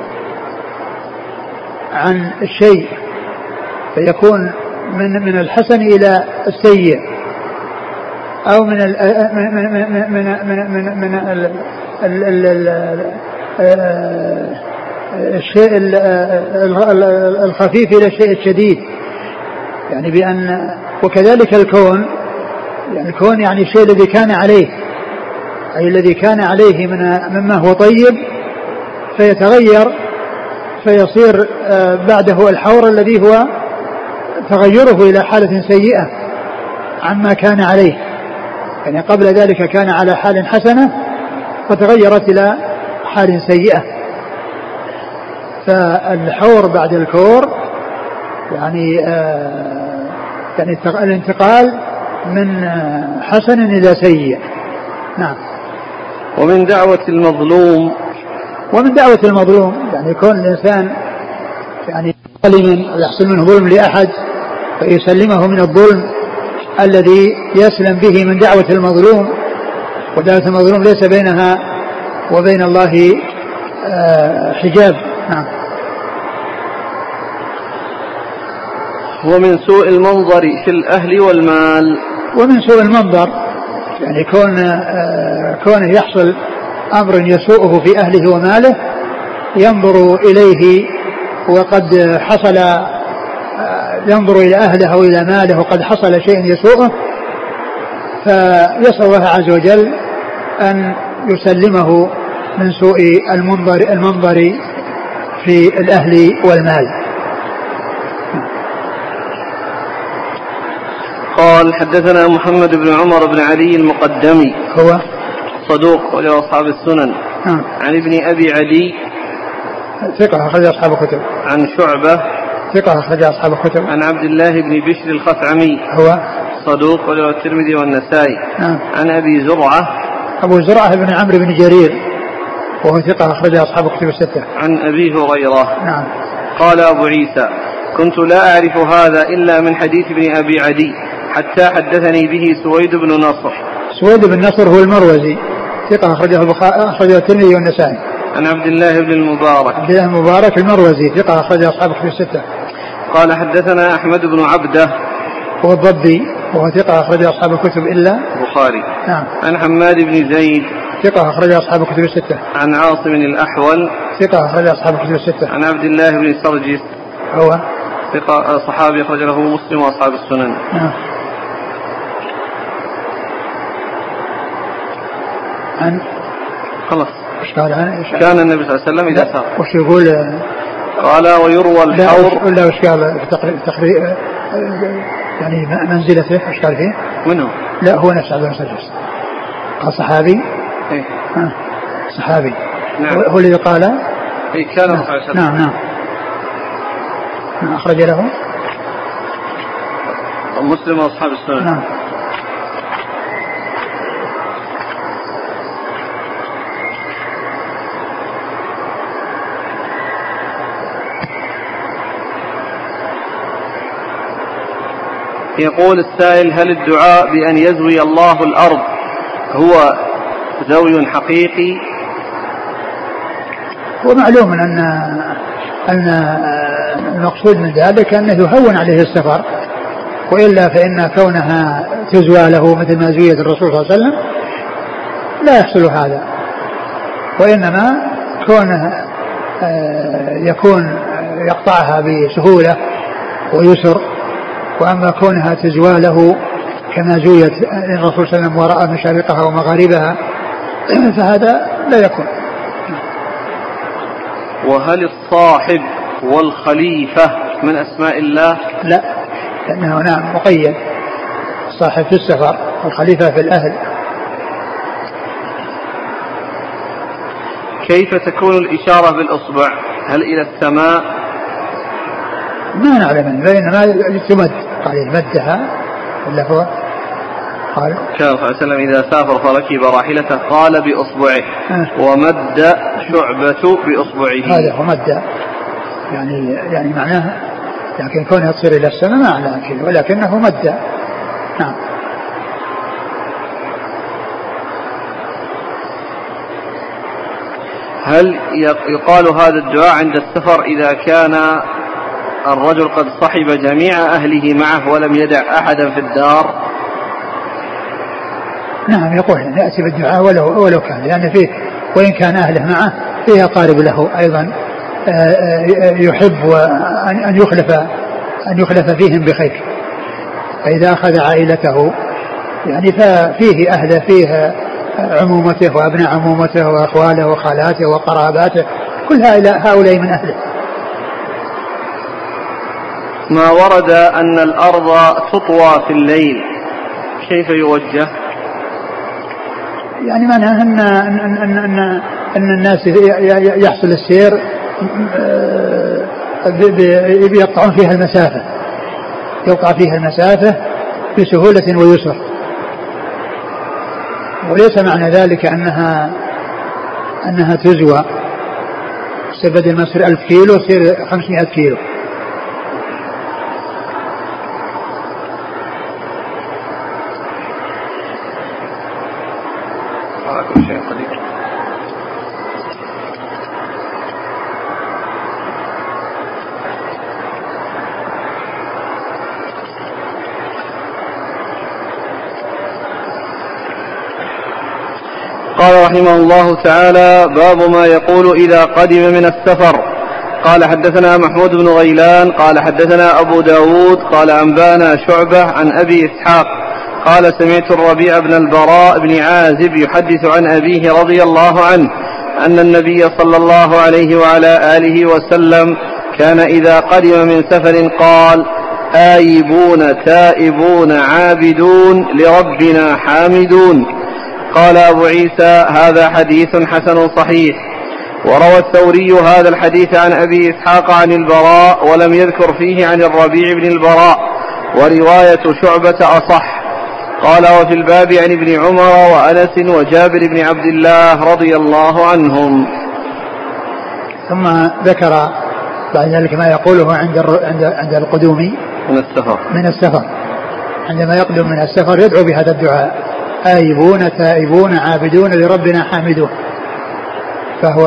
عن الشيء، فيكون من من الحسن إلى السيء، أو من ال من من من من من, من ال ال ال ال الشيء الخفيف إلى الشيء الشديد، يعني بأن وكذلك الكون، يعني الكون يعني الشيء الذي كان عليه، أي الذي كان عليه من مما هو طيب فيتغير فيصير بعده الحور الذي هو تغيره إلى حالة سيئة عما كان عليه، يعني قبل ذلك كان على حال حسنة فتغيرت إلى حال سيئة. فالحور بعد الكور يعني آه يعني الانتقال من حسن إلى سيء. نعم. ومن دعوة المظلوم. ومن دعوة المظلوم يعني يكون الإنسان يعني ظالما ويحصل منه ظلم لأحد فيسلمه من الظلم الذي يسلم به من دعوة المظلوم، ودعوة المظلوم ليس بينها وبين الله حجاب. نعم. ومن سوء المنظر في الأهل والمال. ومن سوء المنظر يعني كون كونه يحصل أمر يسوءه في أهله وماله ينظر إليه وقد حصل، ينظر إلى أهله أو إلى ماله وقد حصل شيء يسوءه، فيسأل الله عز وجل أن يسلمه من سوء المنظر, المنظر في الأهل والمال. قال حدثنا محمد بن عمر بن علي المقدمي هو صدوق وله أصحاب السنن. نعم. عن ابن أبي عدي ثقة أخرج أصحاب الكتب. عن شعبة ثقة أخرج أصحاب الكتب. عن عبد الله بن بشر الخثعمي هو صدوق وله الترمذي والنسائي. نعم. عن أبي زرعة أبو زرعة بن عمرو بن جرير وهو ثقة أخرج أصحاب الكتب الستة. عن أبي هريرة. نعم. قال أبو عيسى كنت لا أعرف هذا إلا من حديث ابن أبي عدي حتى حدثني به سويد بن نصر. سويد بن نصر هو المروزي ثقة أخرجه البخاري أخرجه الترمذي والنسائي. عن عبد الله بن المبارك عبد الله المبارك المروزي ثقة أخرجه أصحاب الكتب الستة. قال حدثنا أحمد بن عبده هو الضبي وهو ثقة أخرجه أصحاب الكتب إلا البخاري. نعم. عن حماد بن زيد ثقة أخرجه أصحاب الكتب الستة. عن عاصم الأحول ثقة أخرجه أصحاب الكتب الستة. عن عبد الله بن سرجس هو ثقة صحابي أخرج له مسلم وأصحاب السنن. نعم. عن خلاص إيش قال عنه؟ كان النبي صلى الله عليه وسلم إذا سافر. وش يقول؟ قال ويروى الحوض. ولا وش قال تقريبا يعني منزلته ايش قال فيه؟ منه؟ لا هو نفس عبد الله سرجس قال صحابي. ايه آه. صحابي. نعم. هو الذي قال ايه كان نعم. نعم نعم أخرج له مسلم وأصحاب السنن. نعم. يقول السائل هل الدعاء بأن يزوي الله الأرض هو زوي حقيقي؟ هو معلوم أن أن المقصود من ذلك أنه يهون عليه السفر، وإلا فإن كونها تزوى له مثل ما زويت الرسول صلى الله عليه وسلم لا يحصل هذا، وإنما كونه يكون يقطعها بسهولة ويسر، وأما كونها تزوى له كما زويت الرسول صلى الله عليه وسلم ورأى مشارقها ومغاربها فهذا لا يكون. وهل الصاحب والخليفة من أسماء الله؟ لا، لأنه نعم مقيد، صاحب في السفر والخليفة في الأهل. كيف تكون الإشارة بالأصبع؟ هل إلى السماء؟ ما نعلم، بينما تمد قال مدها ولا هو قال كان صلى الله عليه وسلم إذا سافر فركب راحلته قال بأصبعه أه. ومد شعبة بأصبعه. هذا هو مد يعني يعني معناها، لكن كونها تصير إلى السماء ما أعلم، ولكنه مد. نعم. هل يقال هذا الدعاء عند السفر إذا كان الرجل قد صحب جميع أهله معه ولم يدع أحدا في الدار؟ نعم يقول يأتي بالدعاء ولو, ولو كان، لأن فيه وإن كان أهله معه فيه قارب له أيضا يحب أن يخلف أن يخلف فيهم بخير، فإذا أخذ عائلته يعني ففيه أهله، فيه عمومته وأبناء عمومته وأخواله وخالاته وقراباته، كل هؤلاء من أهله. ما ورد أن الأرض تطوى في الليل كيف يوجه؟ يعني معناه أن, أن, أن, أن, أن الناس يحصل السير يقطعون فيها المسافة، يوقع فيها المسافة بسهولة ويسر، وليس معنى ذلك أنها أنها تزوى، تصير بدل ما تصير ألف كيلو تصير خمسمائة كيلو. قال رحمه الله تعالى: باب ما يقول إذا قدم من السفر. قال حدثنا محمود بن غيلان قال حدثنا أبو داود قال أنبانا شعبة عن أبي إسحاق قال سمعت الربيع بن البراء بن عازب يحدث عن أبيه رضي الله عنه أن النبي صلى الله عليه وعلى آله وسلم كان إذا قدم من سفر قال: آيبون تائبون عابدون لربنا حامدون. قال أبو عيسى: هذا حديث حسن صحيح. وروى الثوري هذا الحديث عن أبي إسحاق عن البراء ولم يذكر فيه عن الربيع بن البراء، ورواية شعبة أصح. قال: وفي الباب عن ابن عمر وأنس وجابر بن عبد الله رضي الله عنهم. ثم ذكر بعد ذلك ما يقوله عند عند عند القدوم من السفر من السفر عندما يقدم من السفر يدعو بهذا الدعاء: آيبون تائبون عابدون لربنا حامدون. فهو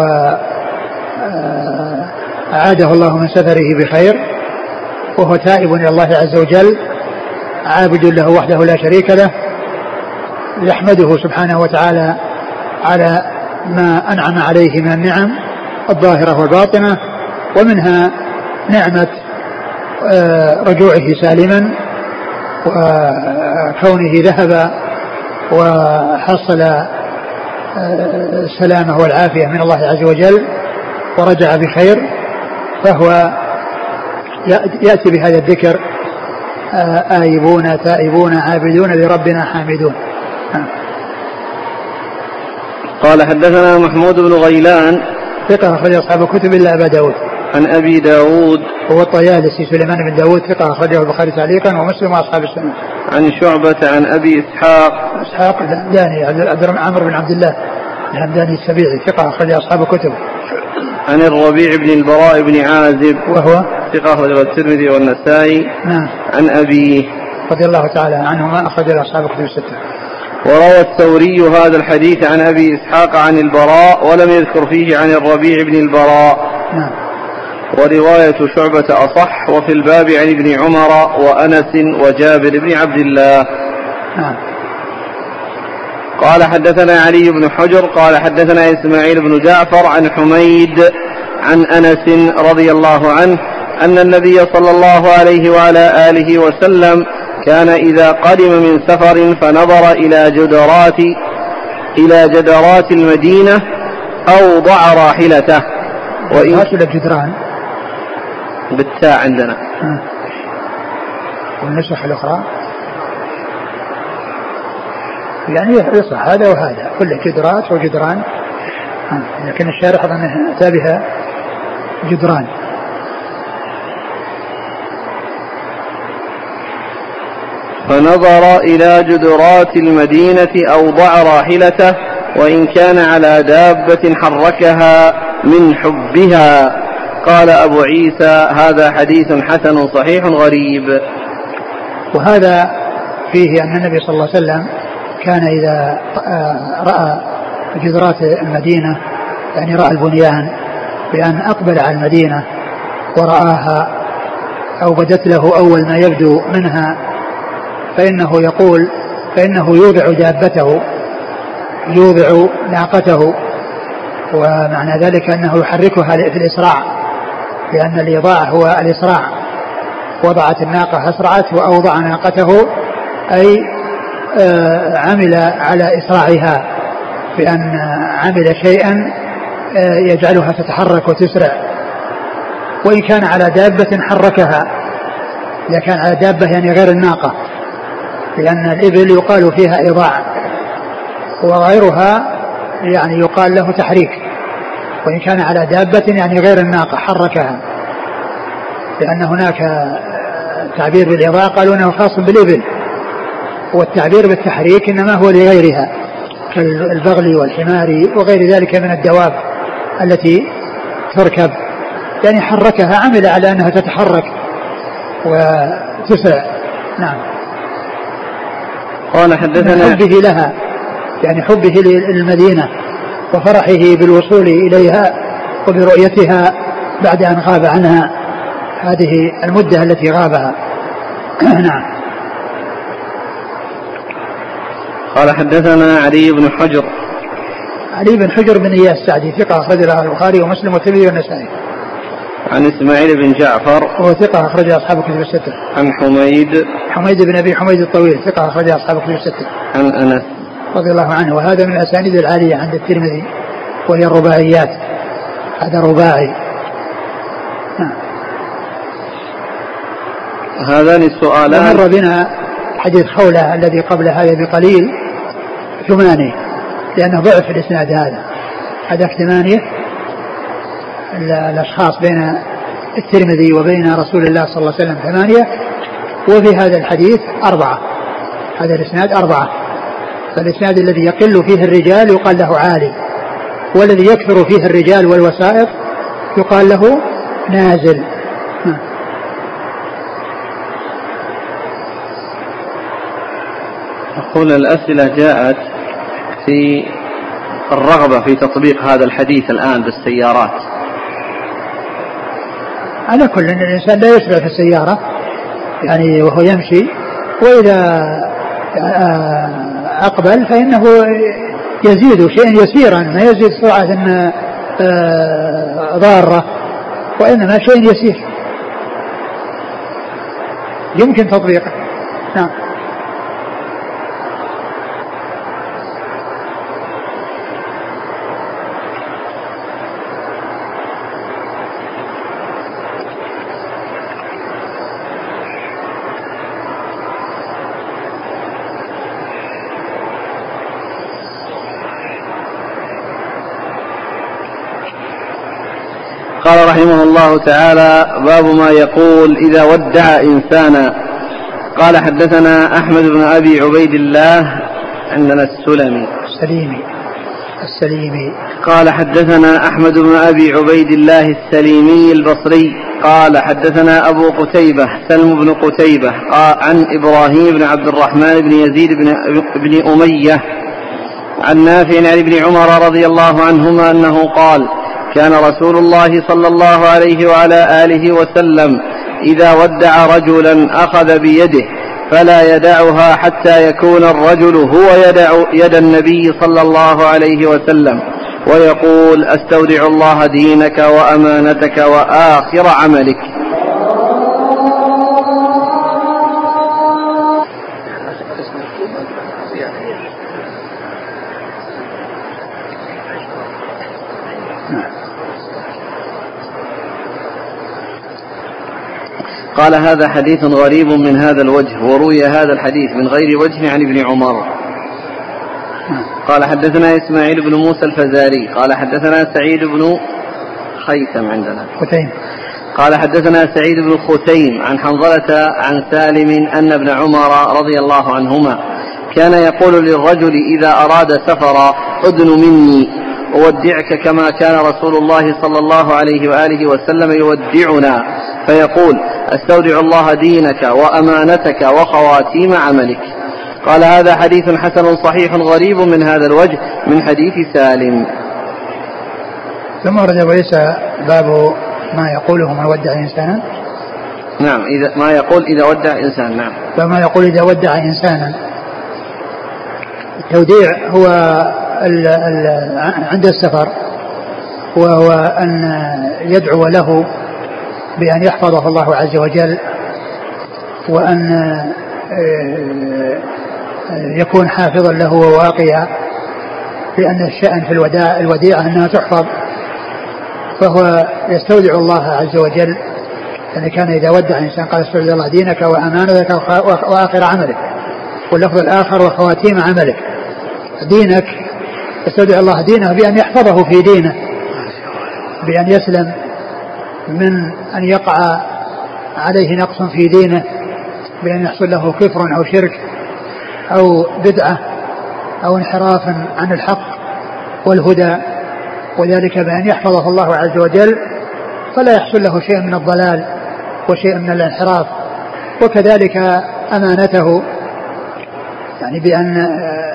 أعاده الله من سفره بخير، وهو تائب إلى الله عز وجل، عابد له وحده لا شريك له، يحمده سبحانه وتعالى على ما أنعم عليه من النعم الظاهرة والباطنة، ومنها نعمة رجوعه سالما وكونه ذهب وحصل السلامة والعافية من الله عز وجل ورجع بخير، فهو يأتي بهذا الذكر آيبون تائبون عابدون لربنا حامدون. قال حدثنا محمود بن غيلان ثقة أخرج أصحاب الكتب إلا أبا داود. عن أبي داود هو الطيالسي سليمان بن داود ثقة أخرجه البخاري تعليقا ومسلم وأصحاب السنة. عن شعبة عن أبي إسحاق إسحاق الهمداني عمرو بن عبد الله الهمداني السبيعي ثقة أخرج أصحاب الكتب. عن الربيع بن البراء بن عازب وهو ثقة أخرجه الترمذي والنسائي. نعم. عن أبيه رضي الله تعالى عنهما أخرج أصحاب الكتب الستة. وروى الثوري هذا الحديث عن أبي إسحاق عن البراء ولم يذكر فيه عن الربيع بن البراء. نعم. ورواية شعبة أصح، وفي الباب عن ابن عمر وأنس وجابر بن عبد الله. نعم. قال حدثنا علي بن حجر قال حدثنا إسماعيل بن جعفر عن حميد عن أنس رضي الله عنه أن النبي صلى الله عليه وعلى آله وسلم كان إذا قدم من سفر فنظر إلى جدرات إلى جدرات المدينة أوضع راحلته. وإن الجدران بالتاء عندنا والنسخ الأخرى يعني يصح هذا وهذا كل جدرات وجدران، لكن الشارح أظن أتى بها جدران. فنظر إلى جدرات المدينة أوضع راحلته وإن كان على دابة حركها من حبها. قال أبو عيسى هذا حديث حسن صحيح غريب. وهذا فيه أن النبي صلى الله عليه وسلم كان إذا رأى جدرات المدينة يعني رأى البنيان بأن أقبل على المدينة ورآها أو بدت له أول ما يبدو منها فإنه يقول فإنه يوضع دابته يوضع ناقته، ومعنى ذلك أنه يحركها في الإسراع، لأن الإيضاع هو الإسراع. وضعت الناقة أسرعت وأوضع ناقته أي آه عمل على إسراعها بأن عمل شيئا آه يجعلها تتحرك وتسرع. وإن كان على دابة حركها، إذا كان على دابة يعني غير الناقة، لأن الإبل يقال فيها إيضاع وغيرها يعني يقال له تحريك. وإن كان على دابة يعني غير الناقة حركها، لأن هناك تعبير بالإيضاع قالوا أنه خاص بالإبل، والتعبير بالتحريك إنما هو لغيرها كالبغل والحمار وغير ذلك من الدواب التي تركب، يعني حركها عمل على أنها تتحرك وتسرع. نعم. قال حدثنا حبه لها يعني حبه للمدينة وفرحه بالوصول إليها وبرؤيتها بعد أن غاب عنها هذه المدة التي غابها. نعم. قال حدثنا علي بن حجر علي بن حجر بن إياس السعدي ثقة أخرج له البخاري ومسلم والترمذي والنسائي. عن إسماعيل بن جعفر هو ثقة أخرج أصحاب الكتب الستة. عن حميد حميد بن أبي حميد الطويل ثقة أخرج أصحاب الكتب الستة. عن أنس رضي الله عنه، وهذا من الأسانيد العالية عند الترمذي وهي الرباعيات، هذا رباعي. هذان السؤالان مر بنا حديث خولة الذي قبل هذا بقليل ثمانية، لأنه ضعف في الإسناد هذا هذا ثمانية الأشخاص بين الترمذي وبين رسول الله صلى الله عليه وسلم ثمانية، وفي هذا الحديث أربعة، هذا الإسناد أربعة. فالإسناد الذي يقل فيه الرجال يقال له عالي، والذي يكثر فيه الرجال والوسائط يقال له نازل. يقول الأسئلة جاءت في الرغبة في تطبيق هذا الحديث الآن بالسيارات. على كل أن الإنسان لا يسرع في السيارة يعني وهو يمشي، وإذا أقبل فإنه يزيد شيئا يسيرا، ما يزيد سرعة ضارة، وإنما شيء يسير يمكن تطبيقه. نعم. قال رحمه الله تعالى: باب ما يقول إذا ودع إنسانا. قال: حدثنا أحمد بن أبي عبيد الله عندنا السلمي السليمي السليمي قال: حدثنا أحمد بن أبي عبيد الله السليمي البصري قال: حدثنا أبو قتيبة سلم بن قتيبة عن إبراهيم بن عبد الرحمن بن يزيد بن, بن أمية عن نافع عن ابن عمر رضي الله عنهما أنه قال: كان رسول الله صلى الله عليه وعلى آله وسلم إذا ودع رجلا أخذ بيده فلا يدعها حتى يكون الرجل هو يدع يد النبي صلى الله عليه وسلم ويقول: أستودع الله دينك وأمانتك وآخر عملك. قال: هذا حديث غريب من هذا الوجه، وروي هذا الحديث من غير وجه عن ابن عمر. قال: حدثنا إسماعيل بن موسى الفزاري قال: حدثنا سعيد بن خيثم عندنا ختيم قال: حدثنا سعيد بن ختيم عن حنظلة عن سالم أن ابن عمر رضي الله عنهما كان يقول للرجل إذا أراد سفرا: أدن مني أودعك كما كان رسول الله صلى الله عليه وآله وسلم يودعنا، فيقول: أستودع الله دينك وأمانتك وخواتيم عملك. قال: هذا حديث حسن صحيح غريب من هذا الوجه من حديث سالم. ثم ورد أبو عيسى باب ما يقوله من ودع إنسانا. نعم، إذا ما يقول إذا ودع إنسان. نعم، فما يقول إذا ودع إنسانا. التوديع هو ال ال عند السفر، وهو أن يدعو له بأن يحفظه الله عز وجل، وأن يكون حافظا له وواقيا، لأن الشأن في الوداع الوديعة أنها تحفظ، فهو يستودع الله عز وجل. يعني كان إذا ودع إنسان قال: استودع الله دينك وأمانتك وآخر عملك، واللفظ الآخر وخواتيم عملك. دينك يستودع الله دينه بأن يحفظه في دينه، بأن يسلم من أن يقع عليه نقص في دينه، بأن يحصل له كفر أو شرك أو بدعة أو انحراف عن الحق والهدى، وذلك بأن يحفظه الله عز وجل فلا يحصل له شيء من الضلال وشيء من الانحراف. وكذلك أمانته، يعني بأن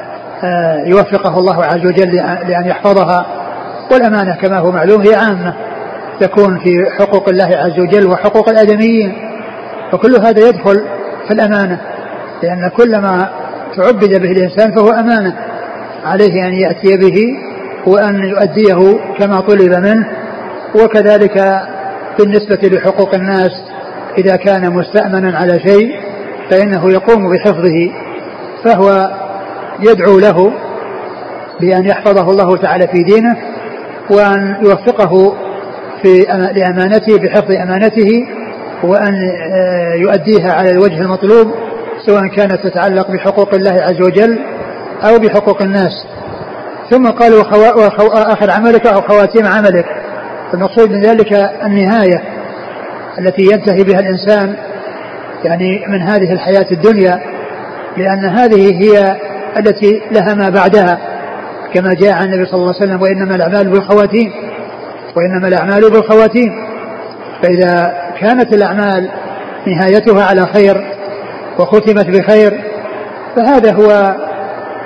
يوفقه الله عز وجل لأن يحفظها. والأمانة كما هو معلوم هي عامة، تكون في حقوق الله عز وجل وحقوق الآدميين، فكل هذا يدخل في الأمانة، لأن كل ما تعبد به الإنسان فهو أمانة، عليه أن يأتي به وأن يؤديه كما طلب منه. وكذلك بالنسبة لحقوق الناس، إذا كان مستأمنا على شيء فإنه يقوم بحفظه، فهو يدعو له بأن يحفظه الله تعالى في دينه، وأن يوفقه في لأمانته بحفظ أمانته، وأن يؤديها على الوجه المطلوب، سواء كانت تتعلق بحقوق الله عز وجل أو بحقوق الناس. ثم قال: وآخر عملك أو خواتيم عملك. المقصود من ذلك النهاية التي ينتهي بها الإنسان يعني من هذه الحياة الدنيا، لأن هذه هي التي لها ما بعدها، كما جاء عن النبي صلى الله عليه وسلم: وإنما الأعمال بالخواتيم وإنما الأعمال بالخواتيم. فإذا كانت الأعمال نهايتها على خير وختمت بخير، فهذا هو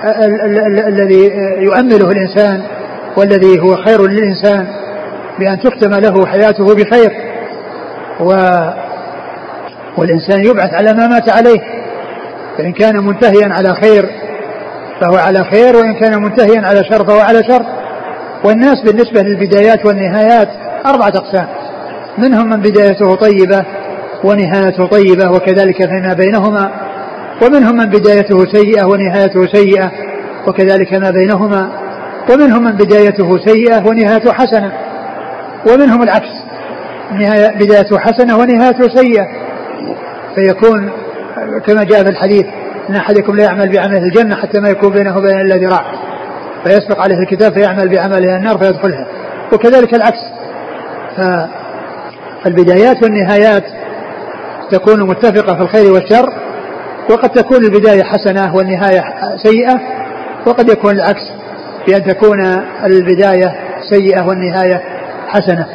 الذي يؤمله الإنسان والذي هو خير للإنسان بأن تختم له حياته بخير، و والإنسان يبعث على ما مات عليه، فإن كان منتهيا على خير فهو على خير، وإن كان منتهيا على شر فهو على شر. والناس بالنسبة للبدايات والنهايات أربعة أقسام، منهم من بدايته طيبة ونهايته طيبة وكذلك فيما بينهما، ومنهم من بدايته سيئة ونهايته سيئة وكذلك ما بينهما، ومنهم من بدايته سيئة ونهايته حسنة، ومنهم العكس، بدايته حسنة ونهايته سيئة، فيكون كما جاء في الحديث إن أحدكم لا يعمل بعمله الجنة حتى ما يكون بينه وبين إلا ذراع فيسبق عليه الكتاب فيعمل بعمله النار فيدخلها، وكذلك العكس. فالبدايات والنهايات تكون متفقة في الخير والشر، وقد تكون البداية حسنة والنهاية سيئة، وقد يكون العكس بأن تكون البداية سيئة والنهاية حسنة.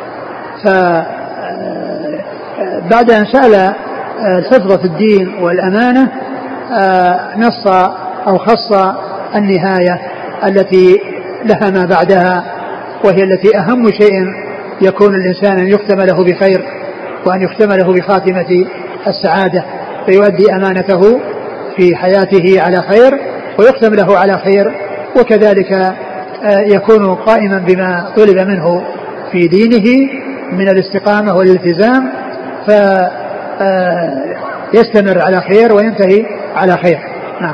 فبعد أن سأل الحفظ في الدين والأمانة نص أو خص النهاية التي لها ما بعدها، وهي التي أهم شيء يكون الإنسان أن يختم له بخير، وأن يختم له بخاتمة السعادة، فيؤدي أمانته في حياته على خير ويختم له على خير، وكذلك يكون قائما بما طلب منه في دينه من الاستقامة والالتزام، فيستمر على خير وينتهي على خير. نعم.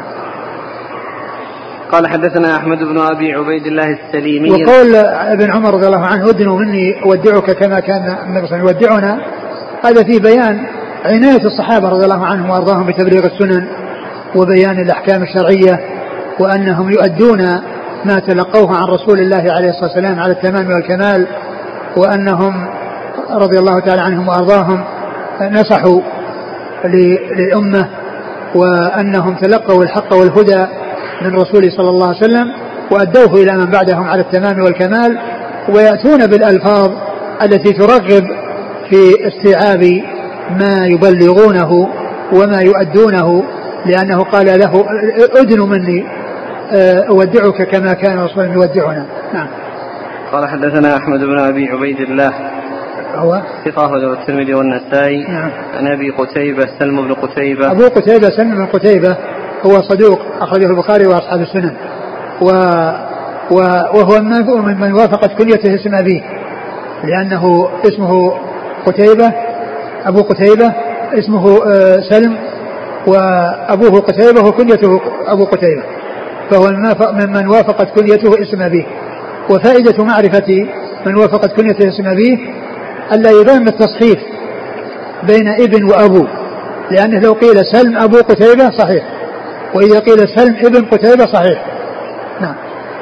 قال حدثنا أحمد بن أبي عبيد الله السليمي. وقول ابن عمر رضي الله عنه ادنوا مني أودعك كما كان النبي صلى الله عليه وسلم يودعنا، هذا في بيان عناية الصحابة رضي الله عنهم وأرضاهم بتبليغ السنن وبيان الأحكام الشرعية، وأنهم يؤدون ما تلقوه عن رسول الله عليه الصلاة والسلام على التمام والكمال، وأنهم رضي الله تعالى عنهم وأرضاهم نصحوا للأمة، وأنهم تلقوا الحق والهدى من رسوله صلى الله عليه وسلم وأدوه إلى من بعدهم على التمام والكمال، ويأتون بالألفاظ التي ترغب في استيعاب ما يبلغونه وما يؤدونه، لأنه قال له أدن مني أودعك كما كان رسول الله يودعنا. نعم. قال حدثنا أحمد بن أبي عبيد الله هو ثقة الترمذي والنسائي. نعم. عن أبي قتيبة سلم بن قتيبة. أبو قتيبة سلم بن قتيبة هو صدوق أخرجه البخاري وأصحاب السنن، و وهو من وافقت كنيته اسم أبيه، لأنه اسمه قتيبة أبو قتيبة اسمه سلم، وأبوه قتيبة وكنيته أبو قتيبة، فهو من وافقت كنيته اسم أبيه. وفائدة معرفة من وافقت كنيته اسم أبيه ألا يبان التصحيف بين ابن وأبو، لأنه لو قيل سلم أبو قتيبة صحيح، وإذا قيل سلم ابن قتيبة صحيح. نعم.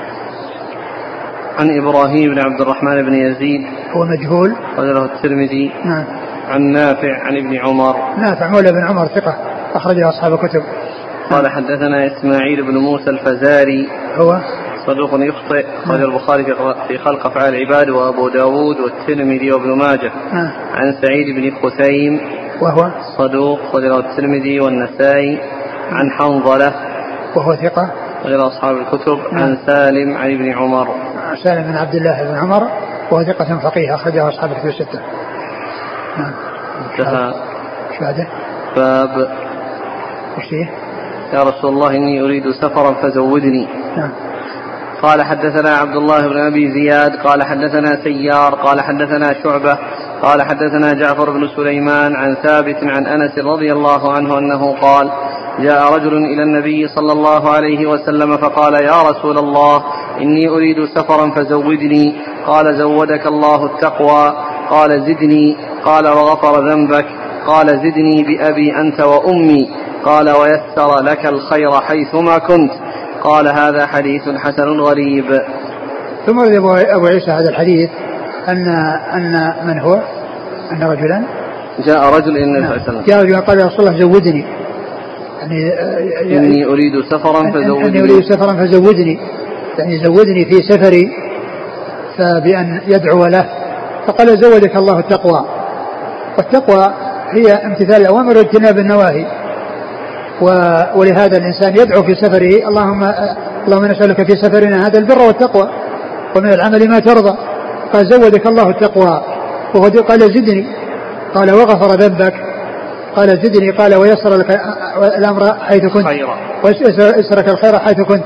عن إبراهيم بن عبد الرحمن بن يزيد هو مجهول أخرجه الترمذي. نعم. عن نافع عن ابن عمر. نافع مولى بن عمر ثقة أخرجه أصحاب الكتب. قال حدثنا إسماعيل بن موسى الفزاري هو صدوق يخطئ أخرج البخاري في خلق أفعال العباد وأبو داود والترمذي وابن ماجه. نعم. عن سعيد بن خثيم وهو صدوق أخرجه الترمذي والنسائي. عن حنظلة وهو ثقة غير أصحاب الكتب. نعم. عن سالم عن ابن عمر. سالم بن عبد الله بن عمر وهو ثقة فقيه أخرجه أصحاب الكتب الستة. نعم. انتهى. ايش بعده؟ باب ايش فيه؟ يا رسول الله إني أريد سفرا فزودني. نعم. قال حدثنا عبد الله بن أبي زياد قال حدثنا سيار قال حدثنا شعبة قال حدثنا جعفر بن سليمان عن ثابت عن أنس رضي الله عنه أنه قال جاء رجل إلى النبي صلى الله عليه وسلم فقال يا رسول الله إني أريد سفرا فزودني. قال زودك الله التقوى. قال زدني. قال وغفر ذنبك. قال زدني بأبي أنت وأمي. قال ويسر لك الخير حيثما كنت. قال هذا حديث حسن غريب. ثم ورد أبو عيسى هذا الحديث أن أن من هو أن رجلا جاء رجل إلى النبي صلى الله عليه وسلم جاء رجل قال يا رسول الله زودني، يعني إني أريد سفرا فزودني إني أريد سفرا فزودني يعني زودني في سفري، فبأن يدعو له، فقال زودك الله التقوى. والتقوى هي امتثال الأوامر واجتناب النواهي، ولهذا الإنسان يدعو في سفره اللهم اللهم نسألك في سفرنا هذا البر والتقوى ومن العمل ما ترضى. قال زودك الله التقوى، وهو قال زدني، قال وغفر ذنبك، قال زدني، قال ويسر لك الأمر حيث كنت، ويسرك الخير حيث كنت.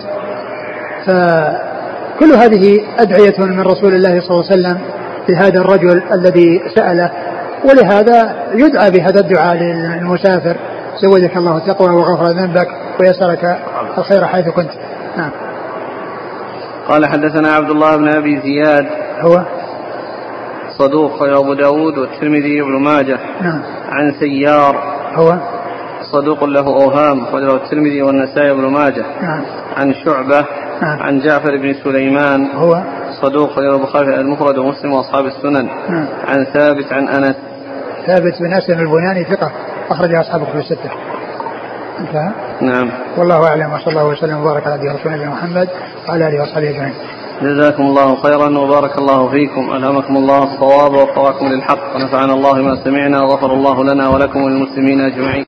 فكل هذه أدعية من رسول الله صلى الله عليه وسلم لهذا الرجل الذي سأله، ولهذا يدعى بهذا الدعاء للمسافر زودك الله التقوى وغفر ذنبك ويسرك الخير حيث كنت. نعم. قال حدثنا عبد الله بن أبي زياد هو صدوق أبو داود والترمذي وابن ماجه. نعم. عن سيار هو صدوق له أوهام وله الترمذي والنسائي وابن ماجه. نعم. عن شعبة. نعم. عن جعفر بن سليمان هو صدوق له البخاري المفرد ومسلم وأصحاب السنن. نعم. عن ثابت عن أنس ثابت بن أسلم البناني ثقة أخرج أصحابه في الستة. انتهى. نعم. والله أعلم وصلى الله وسلم وبارك على رسولنا محمد وعلى آله وصحبه أجمعين. جزاكم الله خيرا وبارك الله فيكم، ألهمكم الله الصواب ووفقكم للحق، ونفعنا الله ما سمعنا وغفر الله لنا ولكم وللمسلمين أجمعين.